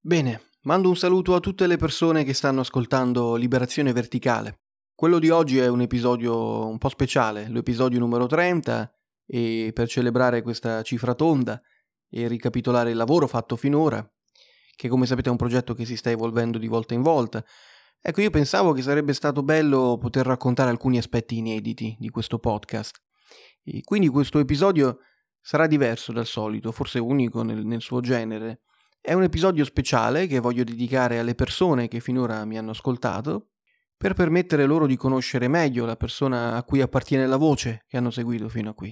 Bene, mando un saluto a tutte le persone che stanno ascoltando Liberazione Verticale. Quello di oggi è un episodio un po' speciale, l'episodio numero 30, e per celebrare questa cifra tonda e ricapitolare il lavoro fatto finora, che come sapete è un progetto che si sta evolvendo di volta in volta. Ecco, io pensavo che sarebbe stato bello poter raccontare alcuni aspetti inediti di questo podcast. E quindi questo episodio sarà diverso dal solito, forse unico nel suo genere. È un episodio speciale che voglio dedicare alle persone che finora mi hanno ascoltato, per permettere loro di conoscere meglio la persona a cui appartiene la voce che hanno seguito fino a qui.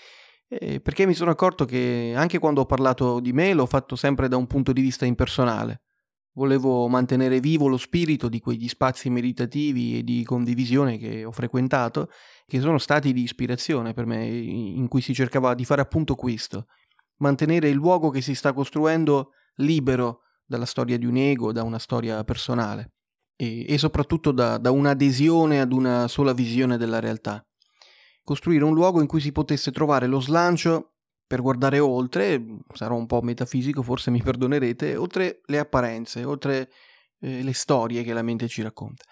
Perché mi sono accorto che anche quando ho parlato di me l'ho fatto sempre da un punto di vista impersonale. Volevo mantenere vivo lo spirito di quegli spazi meditativi e di condivisione che ho frequentato, che sono stati di ispirazione per me, in cui si cercava di fare appunto questo: mantenere il luogo che si sta costruendo libero dalla storia di un ego, da una storia personale e soprattutto da un'adesione ad una sola visione della realtà. Costruire un luogo in cui si potesse trovare lo slancio per guardare oltre, sarò un po' metafisico, forse mi perdonerete, oltre le apparenze, oltre le storie che la mente ci racconta.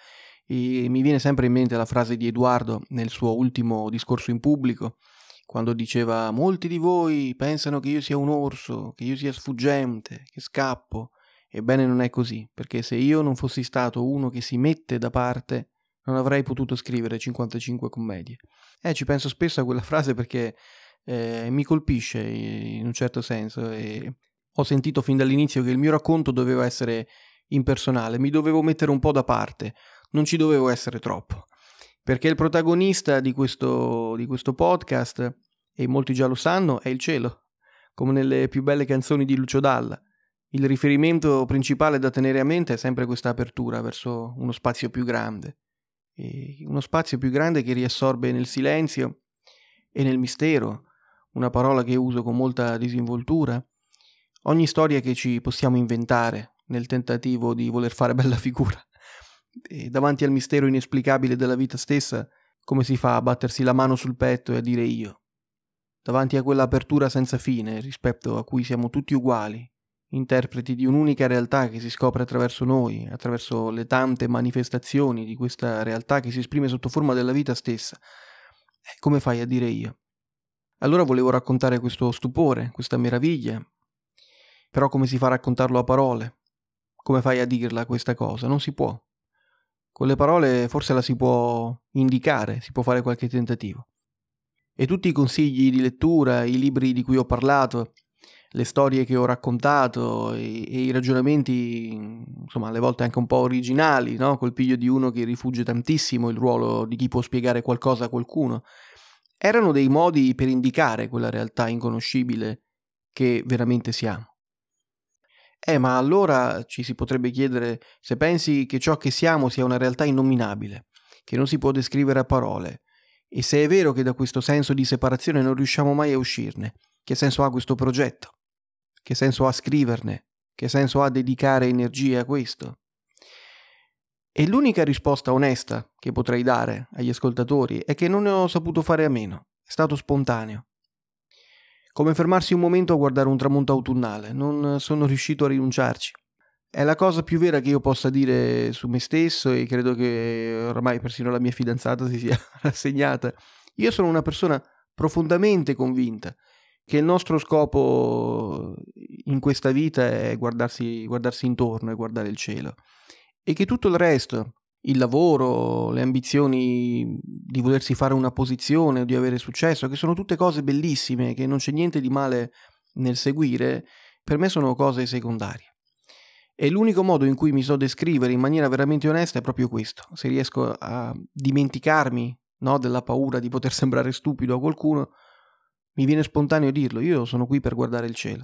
E mi viene sempre in mente la frase di Edoardo nel suo ultimo discorso in pubblico, quando diceva: molti di voi pensano che io sia un orso, che io sia sfuggente, che scappo. Ebbene non è così, perché se io non fossi stato uno che si mette da parte, non avrei potuto scrivere 55 commedie. Ci penso spesso a quella frase perché mi colpisce in un certo senso, e ho sentito fin dall'inizio che il mio racconto doveva essere impersonale, mi dovevo mettere un po' da parte, non ci dovevo essere troppo. Perché il protagonista di questo podcast, e molti già lo sanno, è il cielo, come nelle più belle canzoni di Lucio Dalla. Il riferimento principale da tenere a mente è sempre questa apertura verso uno spazio più grande, e uno spazio più grande che riassorbe nel silenzio e nel mistero, una parola che uso con molta disinvoltura, ogni storia che ci possiamo inventare nel tentativo di voler fare bella figura. E davanti al mistero inesplicabile della vita stessa, come si fa a battersi la mano sul petto e a dire io? Davanti a quella apertura senza fine, rispetto a cui siamo tutti uguali, interpreti di un'unica realtà che si scopre attraverso noi, attraverso le tante manifestazioni di questa realtà che si esprime sotto forma della vita stessa. Come fai a dire io? Allora volevo raccontare questo stupore, questa meraviglia, però come si fa a raccontarlo a parole? Come fai a dirla questa cosa? Non si può. Con le parole forse la si può indicare, si può fare qualche tentativo. E tutti i consigli di lettura, i libri di cui ho parlato, le storie che ho raccontato e i ragionamenti, insomma, alle volte anche un po' originali, no? Col piglio di uno che rifugge tantissimo il ruolo di chi può spiegare qualcosa a qualcuno, erano dei modi per indicare quella realtà inconoscibile che veramente siamo. Ma allora ci si potrebbe chiedere se pensi che ciò che siamo sia una realtà innominabile, che non si può descrivere a parole, e se è vero che da questo senso di separazione non riusciamo mai a uscirne, che senso ha questo progetto? Che senso ha scriverne? Che senso ha dedicare energie a questo? E l'unica risposta onesta che potrei dare agli ascoltatori è che non ne ho saputo fare a meno, è stato spontaneo. Come fermarsi un momento a guardare un tramonto autunnale, non sono riuscito a rinunciarci. È la cosa più vera che io possa dire su me stesso, e credo che ormai persino la mia fidanzata si sia rassegnata. Io sono una persona profondamente convinta che il nostro scopo in questa vita è guardarsi intorno e guardare il cielo, e che tutto il resto, il lavoro, le ambizioni di volersi fare una posizione o di avere successo, che sono tutte cose bellissime, che non c'è niente di male nel seguire, per me sono cose secondarie. E l'unico modo in cui mi so descrivere in maniera veramente onesta è proprio questo: se riesco a dimenticarmi, no, della paura di poter sembrare stupido a qualcuno, mi viene spontaneo dirlo: io sono qui per guardare il cielo.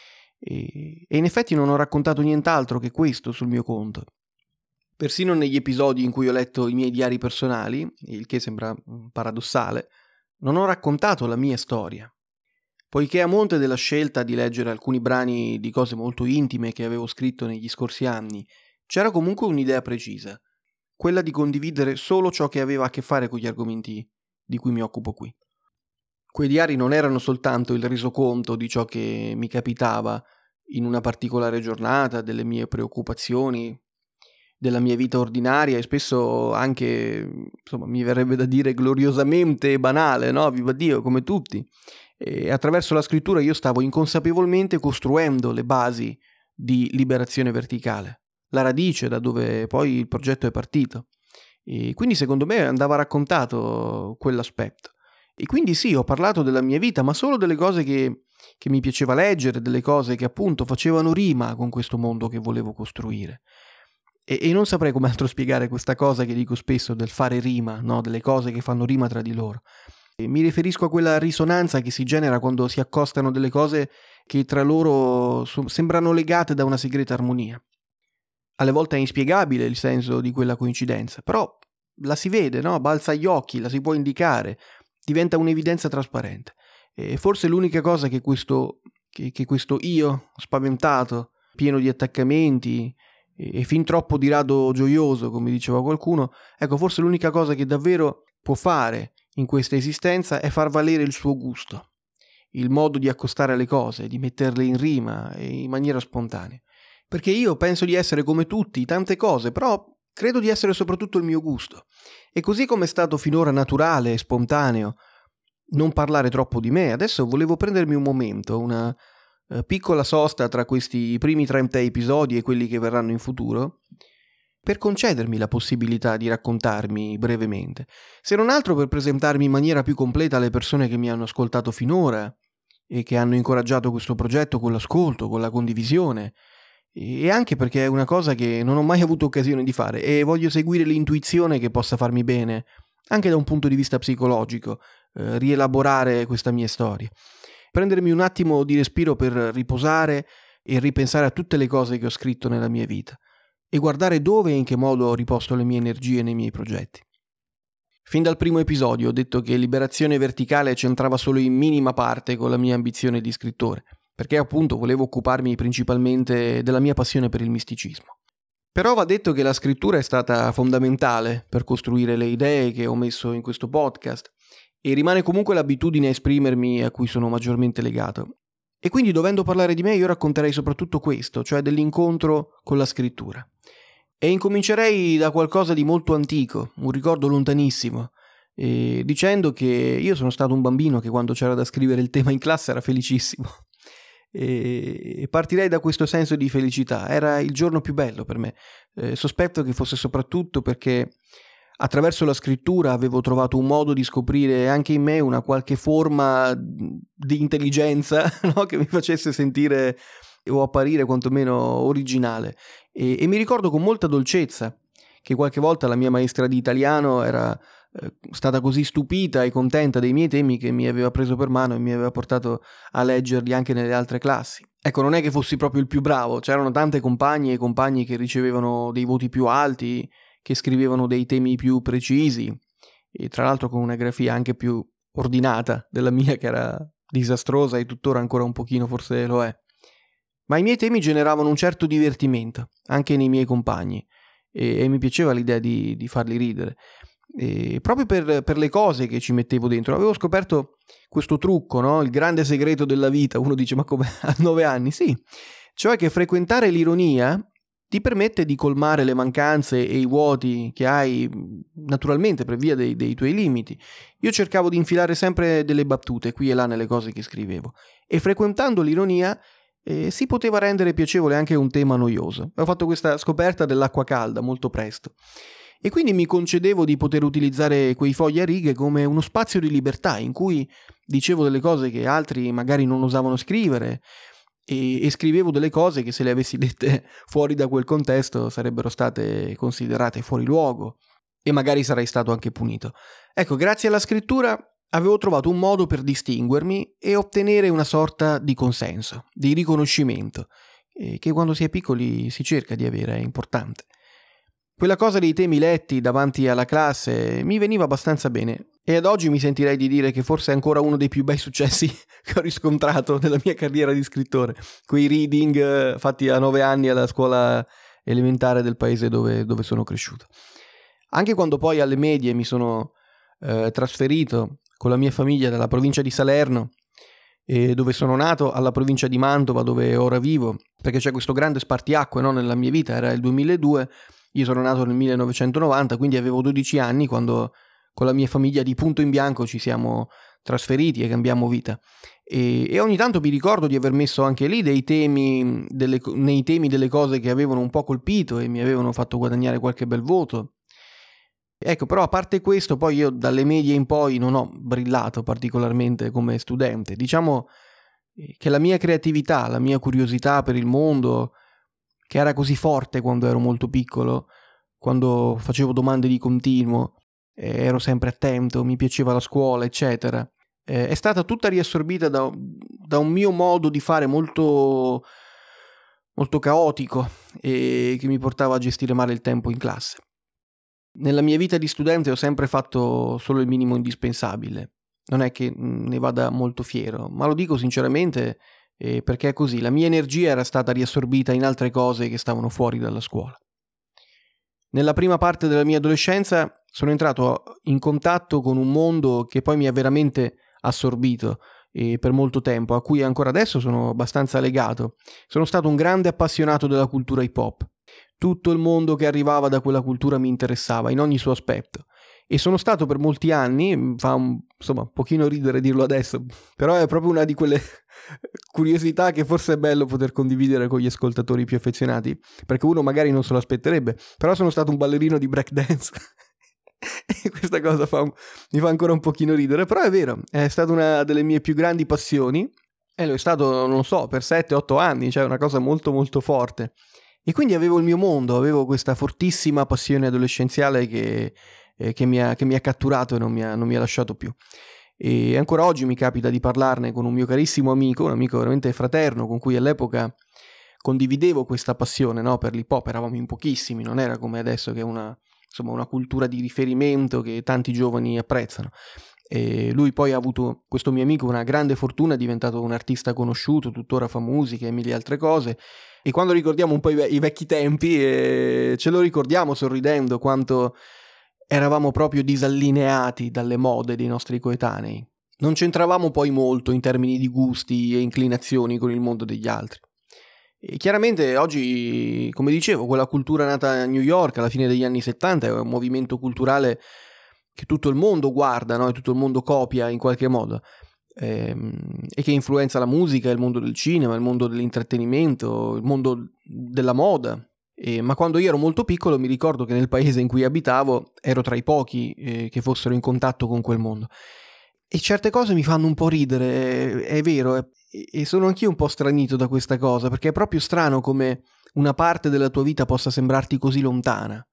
E in effetti non ho raccontato nient'altro che questo sul mio conto. Persino negli episodi in cui ho letto i miei diari personali, il che sembra paradossale, non ho raccontato la mia storia. Poiché a monte della scelta di leggere alcuni brani di cose molto intime che avevo scritto negli scorsi anni, c'era comunque un'idea precisa, quella di condividere solo ciò che aveva a che fare con gli argomenti di cui mi occupo qui. Quei diari non erano soltanto il resoconto di ciò che mi capitava, in una particolare giornata, delle mie preoccupazioni, della mia vita ordinaria e spesso anche, insomma, mi verrebbe da dire gloriosamente banale, no? Viva Dio, come tutti. E attraverso la scrittura io stavo inconsapevolmente costruendo le basi di Liberazione Verticale, la radice da dove poi il progetto è partito. E quindi secondo me andava raccontato quell'aspetto. E quindi sì, ho parlato della mia vita, ma solo delle cose che mi piaceva leggere, delle cose che appunto facevano rima con questo mondo che volevo costruire. E non saprei come altro spiegare questa cosa che dico spesso del fare rima, no? Delle cose che fanno rima tra di loro. E mi riferisco a quella risonanza che si genera quando si accostano delle cose che tra loro sembrano legate da una segreta armonia. Alle volte è inspiegabile il senso di quella coincidenza, però la si vede, no? Balza agli occhi, la si può indicare, diventa un'evidenza trasparente. E forse l'unica cosa che questo io spaventato, pieno di attaccamenti e fin troppo di rado gioioso, come diceva qualcuno, ecco, forse l'unica cosa che davvero può fare in questa esistenza è far valere il suo gusto, il modo di accostare le cose, di metterle in rima e in maniera spontanea. Perché io penso di essere come tutti, tante cose, però credo di essere soprattutto il mio gusto. E così come è stato finora naturale e spontaneo non parlare troppo di me, adesso volevo prendermi un momento, una piccola sosta tra questi primi 30 episodi e quelli che verranno in futuro, per concedermi la possibilità di raccontarmi brevemente, se non altro per presentarmi in maniera più completa alle persone che mi hanno ascoltato finora e che hanno incoraggiato questo progetto con l'ascolto, con la condivisione, e anche perché è una cosa che non ho mai avuto occasione di fare e voglio seguire l'intuizione che possa farmi bene, anche da un punto di vista psicologico, rielaborare questa mia storia. Prendermi un attimo di respiro per riposare e ripensare a tutte le cose che ho scritto nella mia vita e guardare dove e in che modo ho riposto le mie energie nei miei progetti. Fin dal primo episodio ho detto che Liberazione Verticale c'entrava solo in minima parte con la mia ambizione di scrittore, perché appunto volevo occuparmi principalmente della mia passione per il misticismo. Però va detto che la scrittura è stata fondamentale per costruire le idee che ho messo in questo podcast e rimane comunque l'abitudine a esprimermi a cui sono maggiormente legato. E quindi dovendo parlare di me io racconterei soprattutto questo, cioè dell'incontro con la scrittura. E incomincerei da qualcosa di molto antico, un ricordo lontanissimo, dicendo che io sono stato un bambino che quando c'era da scrivere il tema in classe era felicissimo. E partirei da questo senso di felicità, era il giorno più bello per me. Sospetto che fosse soprattutto perché attraverso la scrittura avevo trovato un modo di scoprire anche in me una qualche forma di intelligenza, no? Che mi facesse sentire o apparire quantomeno originale. E mi ricordo con molta dolcezza che qualche volta la mia maestra di italiano era stata così stupita e contenta dei miei temi che mi aveva preso per mano e mi aveva portato a leggerli anche nelle altre classi. Ecco, non è che fossi proprio il più bravo, c'erano tante compagne e compagni che ricevevano dei voti più alti, che scrivevano dei temi più precisi e tra l'altro con una grafia anche più ordinata della mia, che era disastrosa e tuttora ancora un pochino forse lo è. Ma i miei temi generavano un certo divertimento anche nei miei compagni e mi piaceva l'idea di farli ridere. E proprio per le cose che ci mettevo dentro avevo scoperto questo trucco, no? Il grande segreto della vita. Uno dice: ma come, a 9 anni? Sì, cioè che frequentare l'ironia ti permette di colmare le mancanze e i vuoti che hai naturalmente per via dei tuoi limiti. Io cercavo di infilare sempre delle battute qui e là nelle cose che scrivevo e frequentando l'ironia si poteva rendere piacevole anche un tema noioso. Ho fatto questa scoperta dell'acqua calda molto presto e quindi mi concedevo di poter utilizzare quei fogli a righe come uno spazio di libertà in cui dicevo delle cose che altri magari non osavano scrivere e scrivevo delle cose che se le avessi dette fuori da quel contesto sarebbero state considerate fuori luogo e magari sarei stato anche punito. Ecco, grazie alla scrittura avevo trovato un modo per distinguermi e ottenere una sorta di consenso, di riconoscimento, che quando si è piccoli si cerca di avere, è importante. Quella cosa dei temi letti davanti alla classe mi veniva abbastanza bene e ad oggi mi sentirei di dire che forse è ancora uno dei più bei successi che ho riscontrato nella mia carriera di scrittore. Quei reading fatti a 9 anni alla scuola elementare del paese dove sono cresciuto. Anche quando poi alle medie mi sono trasferito con la mia famiglia dalla provincia di Salerno, dove sono nato, alla provincia di Mantova, dove ora vivo, perché c'è questo grande spartiacque, no, nella mia vita. Era il 2002, io sono nato nel 1990, quindi avevo 12 anni quando con la mia famiglia di punto in bianco ci siamo trasferiti e cambiamo vita. E ogni tanto mi ricordo di aver messo anche lì nei temi delle cose che avevano un po' colpito e mi avevano fatto guadagnare qualche bel voto. Ecco, però a parte questo, poi io dalle medie in poi non ho brillato particolarmente come studente. Diciamo che la mia creatività, la mia curiosità per il mondo, che era così forte quando ero molto piccolo, quando facevo domande di continuo, ero sempre attento, mi piaceva la scuola, eccetera, è stata tutta riassorbita da un mio modo di fare molto, molto caotico e che mi portava a gestire male il tempo in classe. Nella mia vita di studente ho sempre fatto solo il minimo indispensabile. Non è che ne vada molto fiero, ma lo dico sinceramente perché è così. La mia energia era stata riassorbita in altre cose che stavano fuori dalla scuola. Nella prima parte della mia adolescenza sono entrato in contatto con un mondo che poi mi ha veramente assorbito per molto tempo, a cui ancora adesso sono abbastanza legato. Sono stato un grande appassionato della cultura hip hop. Tutto il mondo che arrivava da quella cultura mi interessava in ogni suo aspetto e sono stato per molti anni, fa un pochino ridere dirlo adesso, però è proprio una di quelle curiosità che forse è bello poter condividere con gli ascoltatori più affezionati, perché uno magari non se lo aspetterebbe, però sono stato un ballerino di breakdance e questa cosa mi fa ancora un pochino ridere, però è vero, è stata una delle mie più grandi passioni e lo è stato, non so, per 7-8 anni, cioè una cosa molto molto forte. E quindi avevo il mio mondo, avevo questa fortissima passione adolescenziale che mi ha catturato e non mi ha lasciato più. E ancora oggi mi capita di parlarne con un mio carissimo amico, un amico veramente fraterno, con cui all'epoca condividevo questa passione, no, per l'hip hop. Eravamo in pochissimi, non era come adesso che è una cultura di riferimento che tanti giovani apprezzano. E lui poi ha avuto, questo mio amico, una grande fortuna, è diventato un artista conosciuto, tuttora fa musica e mille altre cose. E quando ricordiamo un po' i vecchi tempi, ce lo ricordiamo sorridendo quanto eravamo proprio disallineati dalle mode dei nostri coetanei. Non c'entravamo poi molto in termini di gusti e inclinazioni con il mondo degli altri. E chiaramente oggi, come dicevo, quella cultura nata a New York alla fine degli anni 70 è un movimento culturale che tutto il mondo guarda, no? E tutto il mondo copia in qualche modo. E che influenza la musica, il mondo del cinema, il mondo dell'intrattenimento, il mondo della moda. Ma quando io ero molto piccolo mi ricordo che nel paese in cui abitavo ero tra i pochi che fossero in contatto con quel mondo. E certe cose mi fanno un po' ridere, è vero, e sono anch'io un po' stranito da questa cosa, perché è proprio strano come una parte della tua vita possa sembrarti così lontana.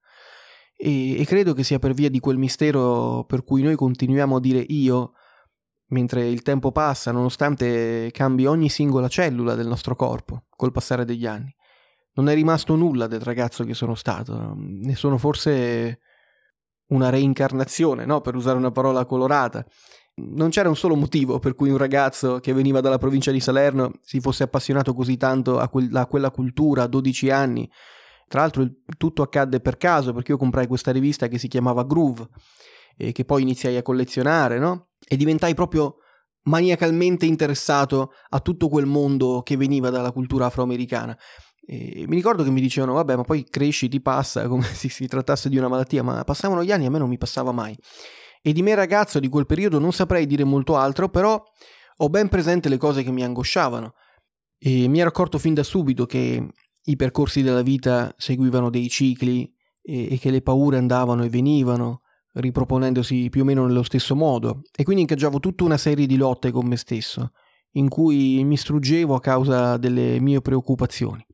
E credo che sia per via di quel mistero per cui noi continuiamo a dire io, mentre il tempo passa, nonostante cambi ogni singola cellula del nostro corpo col passare degli anni. Non è rimasto nulla del ragazzo che sono stato, ne sono forse una reincarnazione, no? Per usare una parola colorata. Non c'era un solo motivo per cui un ragazzo che veniva dalla provincia di Salerno si fosse appassionato così tanto a quella cultura a 12 anni. Tra l'altro tutto accadde per caso, perché io comprai questa rivista che si chiamava Groove e che poi iniziai a collezionare, no? E diventai proprio maniacalmente interessato a tutto quel mondo che veniva dalla cultura afroamericana. E mi ricordo che mi dicevano vabbè, ma poi cresci, ti passa, come se si trattasse di una malattia, ma passavano gli anni e a me non mi passava mai. E di me ragazzo di quel periodo non saprei dire molto altro, però ho ben presente le cose che mi angosciavano e mi ero accorto fin da subito che i percorsi della vita seguivano dei cicli e che le paure andavano e venivano, riproponendosi più o meno nello stesso modo, e quindi ingaggiavo tutta una serie di lotte con me stesso, in cui mi struggevo a causa delle mie preoccupazioni.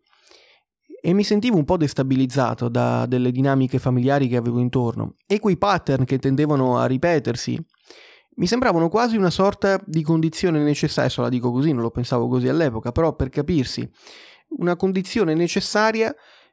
E mi sentivo un po' destabilizzato da delle dinamiche familiari che avevo intorno, e quei pattern che tendevano a ripetersi mi sembravano quasi una sorta di condizione necessaria, adesso la dico così, non lo pensavo così all'epoca, però per capirsi, una condizione necessaria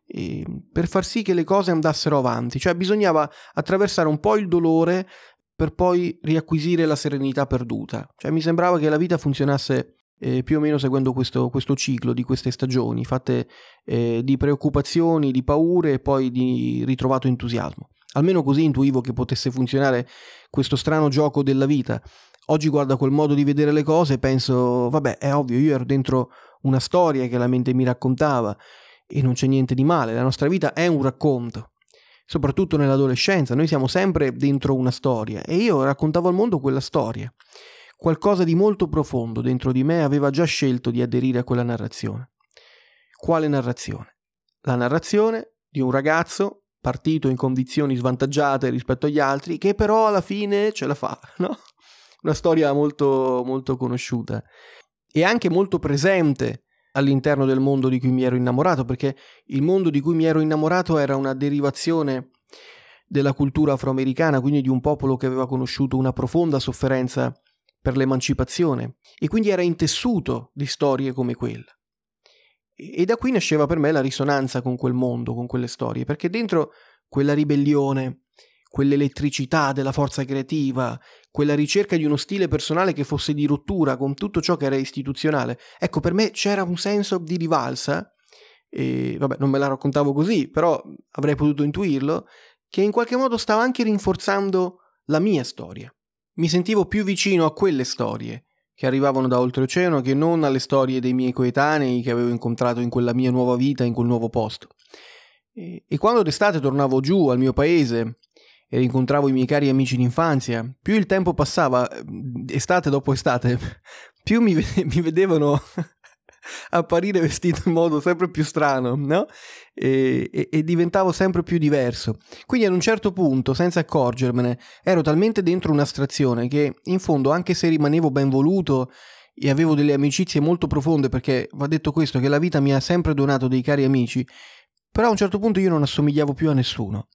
per far sì che le cose andassero avanti, cioè bisognava attraversare un po' il dolore per poi riacquisire la serenità perduta, cioè mi sembrava che la vita funzionasse più o meno seguendo questo ciclo di queste stagioni, fatte di preoccupazioni, di paure e poi di ritrovato entusiasmo. Almeno così intuivo che potesse funzionare questo strano gioco della vita. Oggi guardo a quel modo di vedere le cose e penso, vabbè, è ovvio, io ero dentro una storia che la mente mi raccontava e non c'è niente di male, la nostra vita è un racconto. Soprattutto nell'adolescenza, noi siamo sempre dentro una storia e io raccontavo al mondo quella storia. Qualcosa di molto profondo dentro di me aveva già scelto di aderire a quella narrazione. Quale narrazione? La narrazione di un ragazzo partito in condizioni svantaggiate rispetto agli altri, che però alla fine ce la fa, no? Una storia molto, molto conosciuta e anche molto presente all'interno del mondo di cui mi ero innamorato, perché il mondo di cui mi ero innamorato era una derivazione della cultura afroamericana, quindi di un popolo che aveva conosciuto una profonda sofferenza per l'emancipazione e quindi era intessuto di storie come quella. E da qui nasceva per me la risonanza con quel mondo, con quelle storie, perché dentro quella ribellione, quell'elettricità della forza creativa, quella ricerca di uno stile personale che fosse di rottura con tutto ciò che era istituzionale, ecco, per me c'era un senso di rivalsa, e vabbè, non me la raccontavo così, però avrei potuto intuirlo, che in qualche modo stava anche rinforzando la mia storia. Mi sentivo più vicino a quelle storie che arrivavano da oltreoceano che non alle storie dei miei coetanei che avevo incontrato in quella mia nuova vita, in quel nuovo posto. E quando d'estate tornavo giù al mio paese e rincontravo i miei cari amici d'infanzia, più il tempo passava, estate dopo estate, più mi vedevano apparire vestito in modo sempre più strano, no? E diventavo sempre più diverso. Quindi ad un certo punto, senza accorgermene, ero talmente dentro un'astrazione che, in fondo, anche se rimanevo ben voluto e avevo delle amicizie molto profonde, perché va detto questo, che la vita mi ha sempre donato dei cari amici, però a un certo punto io non assomigliavo più a nessuno.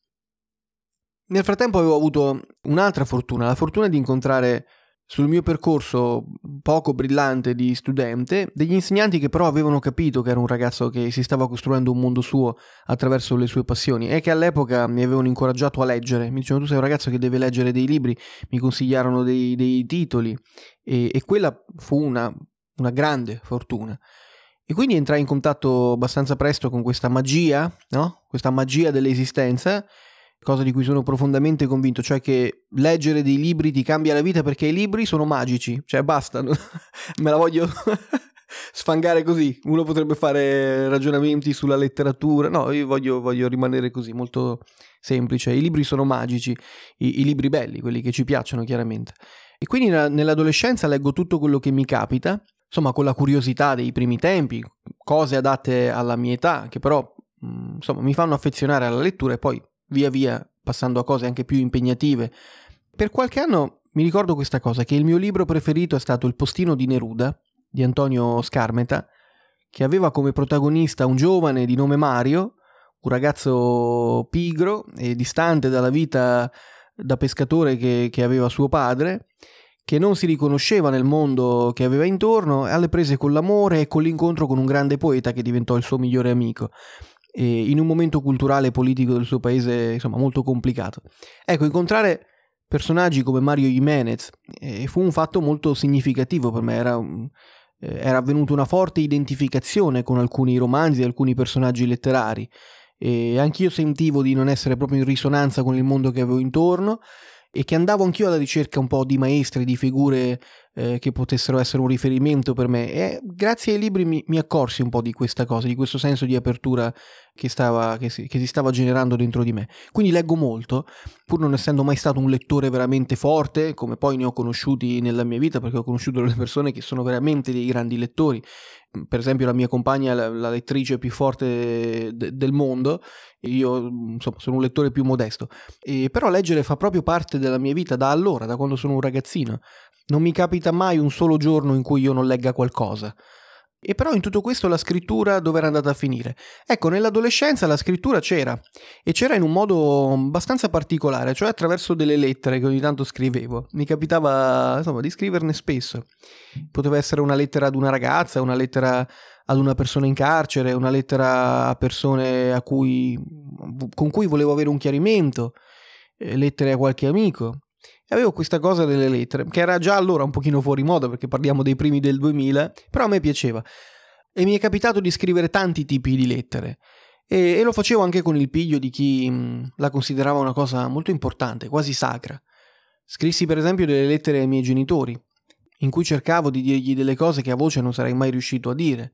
Nel frattempo avevo avuto un'altra fortuna, la fortuna di incontrare sul mio percorso poco brillante di studente degli insegnanti che però avevano capito che ero un ragazzo che si stava costruendo un mondo suo attraverso le sue passioni e che all'epoca mi avevano incoraggiato a leggere. Mi dicevano: tu sei un ragazzo che deve leggere dei libri, mi consigliarono dei titoli e quella fu una grande fortuna. E quindi entrai in contatto abbastanza presto con questa magia, no? Questa magia dell'esistenza, cosa di cui sono profondamente convinto, cioè che leggere dei libri ti cambia la vita perché i libri sono magici, cioè basta, me la voglio sfangare così, uno potrebbe fare ragionamenti sulla letteratura, no, io voglio rimanere così, molto semplice, i libri sono magici, i libri belli, quelli che ci piacciono chiaramente, e quindi nell'adolescenza leggo tutto quello che mi capita, insomma con la curiosità dei primi tempi, cose adatte alla mia età, che però insomma mi fanno affezionare alla lettura e poi via via passando a cose anche più impegnative. Per qualche anno mi ricordo questa cosa, che il mio libro preferito è stato Il postino di Neruda, di Antonio Scarmeta, che aveva come protagonista un giovane di nome Mario, un ragazzo pigro e distante dalla vita da pescatore che aveva suo padre, che non si riconosceva nel mondo che aveva intorno, alle prese con l'amore e con l'incontro con un grande poeta che diventò il suo migliore amico, e in un momento culturale e politico del suo paese, insomma, molto complicato. Ecco, incontrare personaggi come Mario Jiménez fu un fatto molto significativo per me, era avvenuta una forte identificazione con alcuni romanzi e alcuni personaggi letterari, e anch'io sentivo di non essere proprio in risonanza con il mondo che avevo intorno e che andavo anch'io alla ricerca un po' di maestri, di figure che potessero essere un riferimento per me, e grazie ai libri mi accorsi un po' di questa cosa, di questo senso di apertura che si stava generando dentro di me. Quindi leggo molto, pur non essendo mai stato un lettore veramente forte, come poi ne ho conosciuti nella mia vita, perché ho conosciuto delle persone che sono veramente dei grandi lettori. Per esempio la mia compagna è la lettrice più forte del mondo, io insomma sono un lettore più modesto, però leggere fa proprio parte della mia vita da allora, da quando sono un ragazzino. Non mi capita mai un solo giorno in cui io non legga qualcosa. E però in tutto questo la scrittura dove era andata a finire? Ecco, nell'adolescenza la scrittura c'era, e c'era in un modo abbastanza particolare, cioè attraverso delle lettere che ogni tanto scrivevo. Mi capitava, insomma, di scriverne spesso. Poteva essere una lettera ad una ragazza, una lettera ad una persona in carcere, una lettera a persone con cui volevo avere un chiarimento, lettere a qualche amico. E avevo questa cosa delle lettere, che era già allora un pochino fuori moda, perché parliamo dei primi del 2000, però a me piaceva. E mi è capitato di scrivere tanti tipi di lettere. E lo facevo anche con il piglio di chi la considerava una cosa molto importante, quasi sacra. Scrissi per esempio delle lettere ai miei genitori, in cui cercavo di dirgli delle cose che a voce non sarei mai riuscito a dire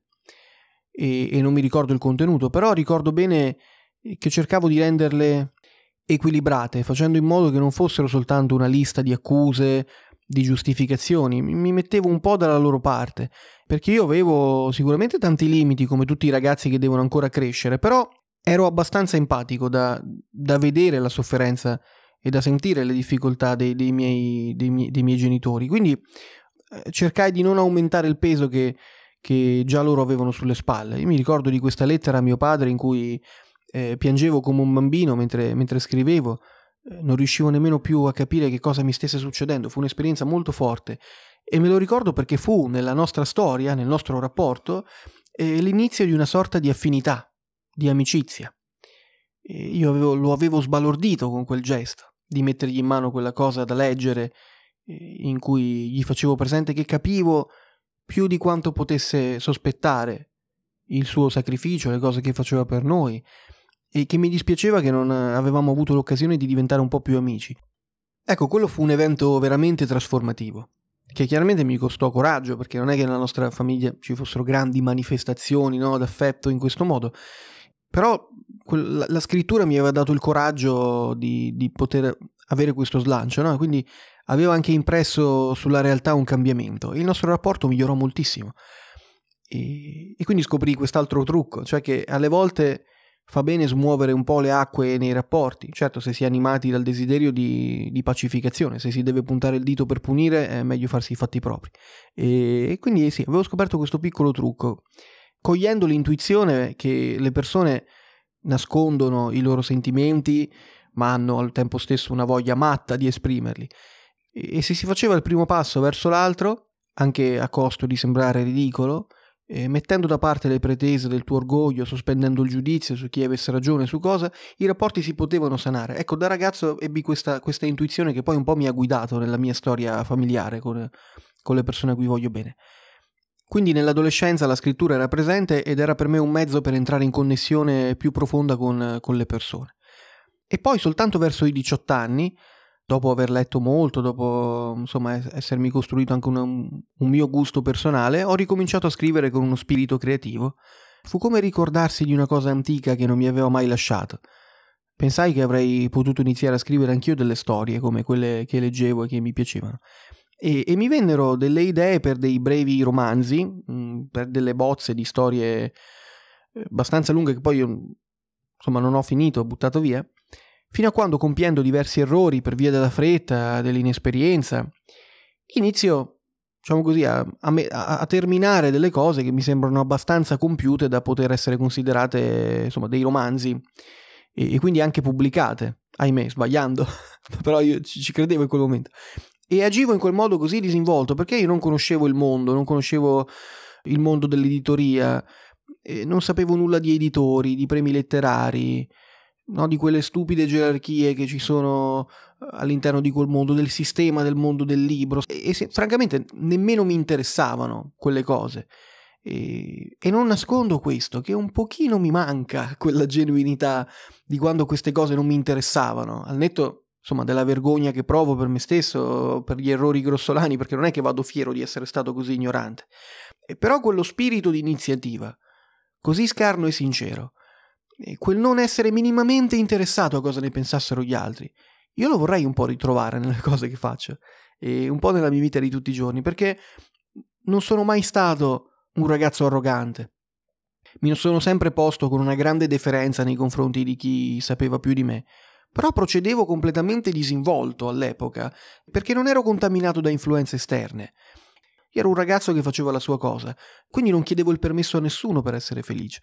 e non mi ricordo il contenuto, però ricordo bene che cercavo di renderle equilibrate, facendo in modo che non fossero soltanto una lista di accuse, di giustificazioni. Mi mettevo un po' dalla loro parte, perché io avevo sicuramente tanti limiti come tutti i ragazzi che devono ancora crescere, però ero abbastanza empatico da vedere la sofferenza e da sentire le difficoltà dei miei genitori, quindi cercai di non aumentare il peso che già loro avevano sulle spalle. Io mi ricordo di questa lettera a mio padre in cui piangevo come un bambino mentre scrivevo, non riuscivo nemmeno più a capire che cosa mi stesse succedendo. Fu un'esperienza molto forte e me lo ricordo perché fu nella nostra storia, nel nostro rapporto, l'inizio di una sorta di affinità, di amicizia. Io lo avevo sbalordito con quel gesto di mettergli in mano quella cosa da leggere in cui gli facevo presente che capivo più di quanto potesse sospettare il suo sacrificio, le cose che faceva per noi, e che mi dispiaceva che non avevamo avuto l'occasione di diventare un po' più amici. Ecco, quello fu un evento veramente trasformativo, che chiaramente mi costò coraggio, perché non è che nella nostra famiglia ci fossero grandi manifestazioni, no, d'affetto in questo modo, però la scrittura mi aveva dato il coraggio di poter avere questo slancio, no? Quindi aveva anche impresso sulla realtà un cambiamento. Il nostro rapporto migliorò moltissimo e quindi scoprì quest'altro trucco, cioè che alle volte fa bene smuovere un po' le acque nei rapporti, certo se si è animati dal desiderio di pacificazione, se si deve puntare il dito per punire è meglio farsi i fatti propri. E quindi sì, avevo scoperto questo piccolo trucco, cogliendo l'intuizione che le persone nascondono i loro sentimenti, ma hanno al tempo stesso una voglia matta di esprimerli. E se si faceva il primo passo verso l'altro, anche a costo di sembrare ridicolo, mettendo da parte le pretese del tuo orgoglio, sospendendo il giudizio su chi avesse ragione su cosa, i rapporti si potevano sanare. Ecco, da ragazzo ebbi questa intuizione che poi un po' mi ha guidato nella mia storia familiare con le persone a cui voglio bene. Quindi nell'adolescenza la scrittura era presente ed era per me un mezzo per entrare in connessione più profonda con le persone. E poi soltanto verso i 18 anni, dopo aver letto molto, dopo insomma essermi costruito anche un mio gusto personale, ho ricominciato a scrivere con uno spirito creativo. Fu come ricordarsi di una cosa antica che non mi aveva mai lasciato. Pensai che avrei potuto iniziare a scrivere anch'io delle storie come quelle che leggevo e che mi piacevano. E mi vennero delle idee per dei brevi romanzi, per delle bozze di storie abbastanza lunghe che poi io insomma non ho finito, ho buttato via, fino a quando, compiendo diversi errori per via della fretta, dell'inesperienza, inizio, diciamo così, a terminare delle cose che mi sembrano abbastanza compiute da poter essere considerate insomma dei romanzi e quindi anche pubblicate, ahimè, sbagliando, però io ci credevo in quel momento. E agivo in quel modo così disinvolto perché io non conoscevo il mondo, non conoscevo il mondo dell'editoria, non sapevo nulla di editori, di premi letterari, no, di quelle stupide gerarchie che ci sono all'interno di quel mondo, del sistema del mondo del libro, francamente nemmeno mi interessavano quelle cose. E non nascondo questo, che un pochino mi manca quella genuinità di quando queste cose non mi interessavano, al netto insomma della vergogna che provo per me stesso, per gli errori grossolani, perché non è che vado fiero di essere stato così ignorante. Però quello spirito di iniziativa, così scarno e sincero, e quel non essere minimamente interessato a cosa ne pensassero gli altri, io lo vorrei un po' ritrovare nelle cose che faccio e un po' nella mia vita di tutti i giorni, perché non sono mai stato un ragazzo arrogante. Mi sono sempre posto con una grande deferenza nei confronti di chi sapeva più di me, però procedevo completamente disinvolto all'epoca, perché non ero contaminato da influenze esterne. Io ero un ragazzo che faceva la sua cosa, quindi non chiedevo il permesso a nessuno per essere felice.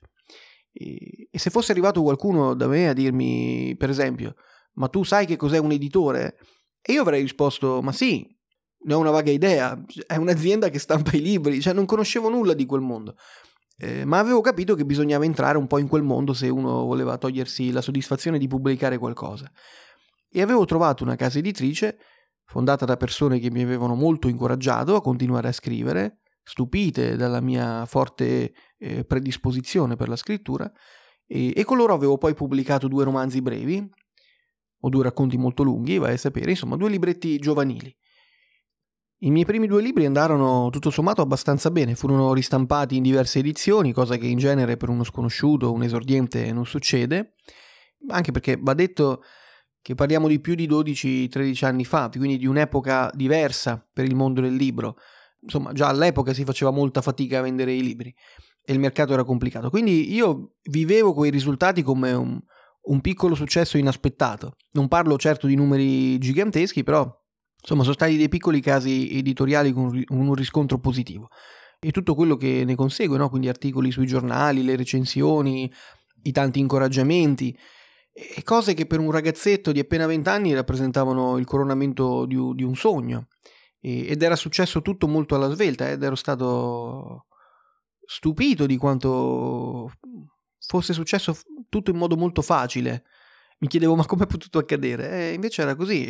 E se fosse arrivato qualcuno da me a dirmi, per esempio, ma tu sai che cos'è un editore? E io avrei risposto, ma sì, ne ho una vaga idea, è un'azienda che stampa i libri, cioè non conoscevo nulla di quel mondo. Ma avevo capito che bisognava entrare un po' in quel mondo se uno voleva togliersi la soddisfazione di pubblicare qualcosa. E avevo trovato una casa editrice, fondata da persone che mi avevano molto incoraggiato a continuare a scrivere, stupite dalla mia forte predisposizione per la scrittura, e con loro avevo poi pubblicato 2 romanzi brevi, o 2 racconti molto lunghi, vai a sapere, insomma 2 libretti giovanili. I miei primi 2 libri andarono tutto sommato abbastanza bene, furono ristampati in diverse edizioni, cosa che in genere per uno sconosciuto, un esordiente non succede, anche perché va detto che parliamo di più di 12-13 anni fa, quindi di un'epoca diversa per il mondo del libro. Insomma, già all'epoca si faceva molta fatica a vendere i libri e il mercato era complicato, quindi io vivevo quei risultati come un piccolo successo inaspettato. Non parlo certo di numeri giganteschi, però insomma sono stati dei piccoli casi editoriali con un riscontro positivo. E tutto quello che ne consegue, no? Quindi articoli sui giornali, le recensioni, i tanti incoraggiamenti, e cose che per un ragazzetto di appena 20 anni rappresentavano il coronamento di un sogno. Ed era successo tutto molto alla svelta, ed ero stato stupito di quanto fosse successo tutto in modo molto facile. Mi chiedevo ma com'è potuto accadere? Invece era così.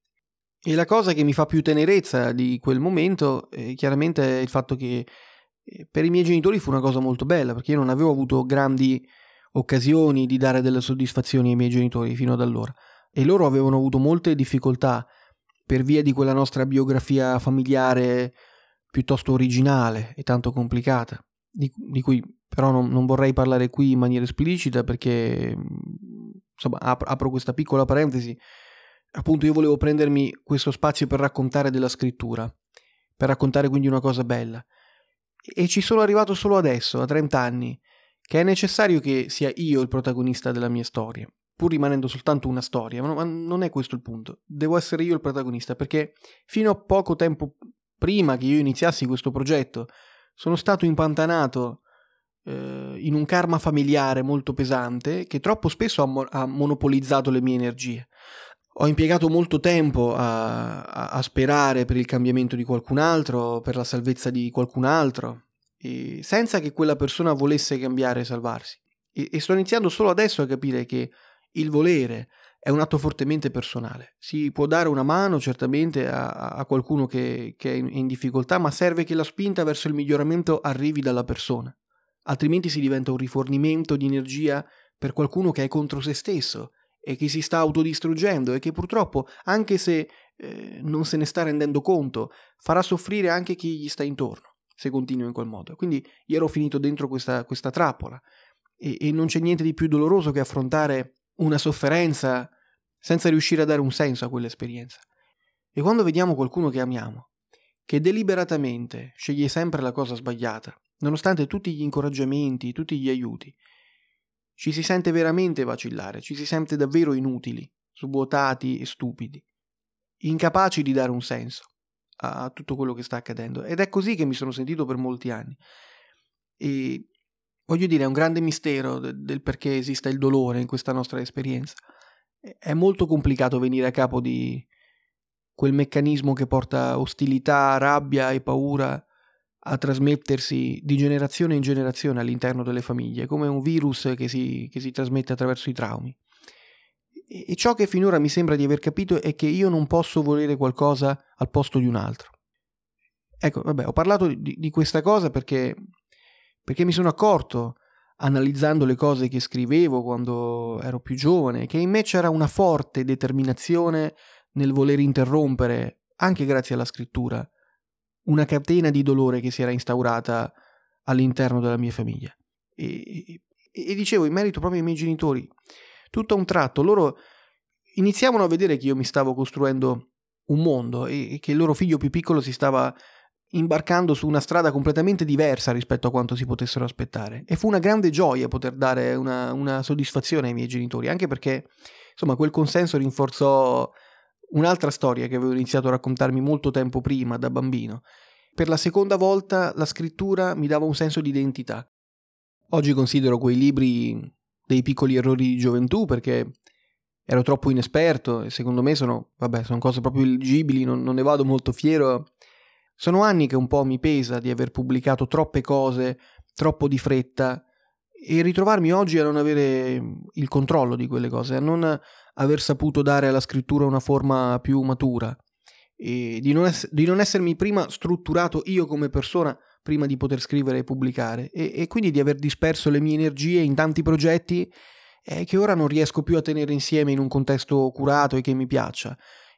E la cosa che mi fa più tenerezza di quel momento chiaramente è il fatto che per i miei genitori fu una cosa molto bella, perché io non avevo avuto grandi occasioni di dare delle soddisfazioni ai miei genitori fino ad allora, e loro avevano avuto molte difficoltà per via di quella nostra biografia familiare piuttosto originale e tanto complicata, di cui però non vorrei parlare qui in maniera esplicita, perché insomma apro questa piccola parentesi. Appunto, io volevo prendermi questo spazio per raccontare della scrittura, per raccontare quindi una cosa bella, e ci sono arrivato solo adesso, a 30 anni, che è necessario che sia io il protagonista della mia storia, pur rimanendo soltanto una storia, ma non è questo il punto. Devo essere io il protagonista, perché fino a poco tempo prima che io iniziassi questo progetto sono stato impantanato in un karma familiare molto pesante che troppo spesso ha monopolizzato le mie energie. Ho impiegato molto tempo a sperare per il cambiamento di qualcun altro, per la salvezza di qualcun altro, e senza che quella persona volesse cambiare e salvarsi. E sto iniziando solo adesso a capire che il volere è un atto fortemente personale. Si può dare una mano certamente a qualcuno che è in difficoltà, ma serve che la spinta verso il miglioramento arrivi dalla persona. Altrimenti si diventa un rifornimento di energia per qualcuno che è contro se stesso e che si sta autodistruggendo e che purtroppo, anche se non se ne sta rendendo conto, farà soffrire anche chi gli sta intorno se continua in quel modo. Quindi io ero finito dentro questa trappola e non c'è niente di più doloroso che affrontare una sofferenza senza riuscire a dare un senso a quell'esperienza. E quando vediamo qualcuno che amiamo, che deliberatamente sceglie sempre la cosa sbagliata, nonostante tutti gli incoraggiamenti, tutti gli aiuti, ci si sente veramente vacillare, ci si sente davvero inutili, svuotati e stupidi, incapaci di dare un senso a tutto quello che sta accadendo. Ed è così che mi sono sentito per molti anni. E voglio dire, è un grande mistero del perché esista il dolore in questa nostra esperienza. È molto complicato venire a capo di quel meccanismo che porta ostilità, rabbia e paura a trasmettersi di generazione in generazione all'interno delle famiglie, come un virus che si trasmette attraverso i traumi. E ciò che finora mi sembra di aver capito è che io non posso volere qualcosa al posto di un altro. Ecco, vabbè, ho parlato di questa cosa perché mi sono accorto, analizzando le cose che scrivevo quando ero più giovane, che in me c'era una forte determinazione nel voler interrompere, anche grazie alla scrittura, una catena di dolore che si era instaurata all'interno della mia famiglia. E dicevo, in merito proprio ai miei genitori, tutto a un tratto loro iniziavano a vedere che io mi stavo costruendo un mondo e che il loro figlio più piccolo si stava imbarcando su una strada completamente diversa rispetto a quanto si potessero aspettare. E fu una grande gioia poter dare una soddisfazione ai miei genitori, anche perché insomma quel consenso rinforzò un'altra storia che avevo iniziato a raccontarmi molto tempo prima, da bambino. Per la seconda volta la scrittura mi dava un senso di identità. Oggi considero quei libri dei piccoli errori di gioventù perché ero troppo inesperto e secondo me sono cose proprio illegibili, non ne vado molto fiero. Sono anni che un po' mi pesa di aver pubblicato troppe cose, troppo di fretta, e ritrovarmi oggi a non avere il controllo di quelle cose, a non aver saputo dare alla scrittura una forma più matura e di non essermi prima strutturato io come persona prima di poter scrivere e pubblicare e quindi di aver disperso le mie energie in tanti progetti che ora non riesco più a tenere insieme in un contesto curato e che mi piaccia.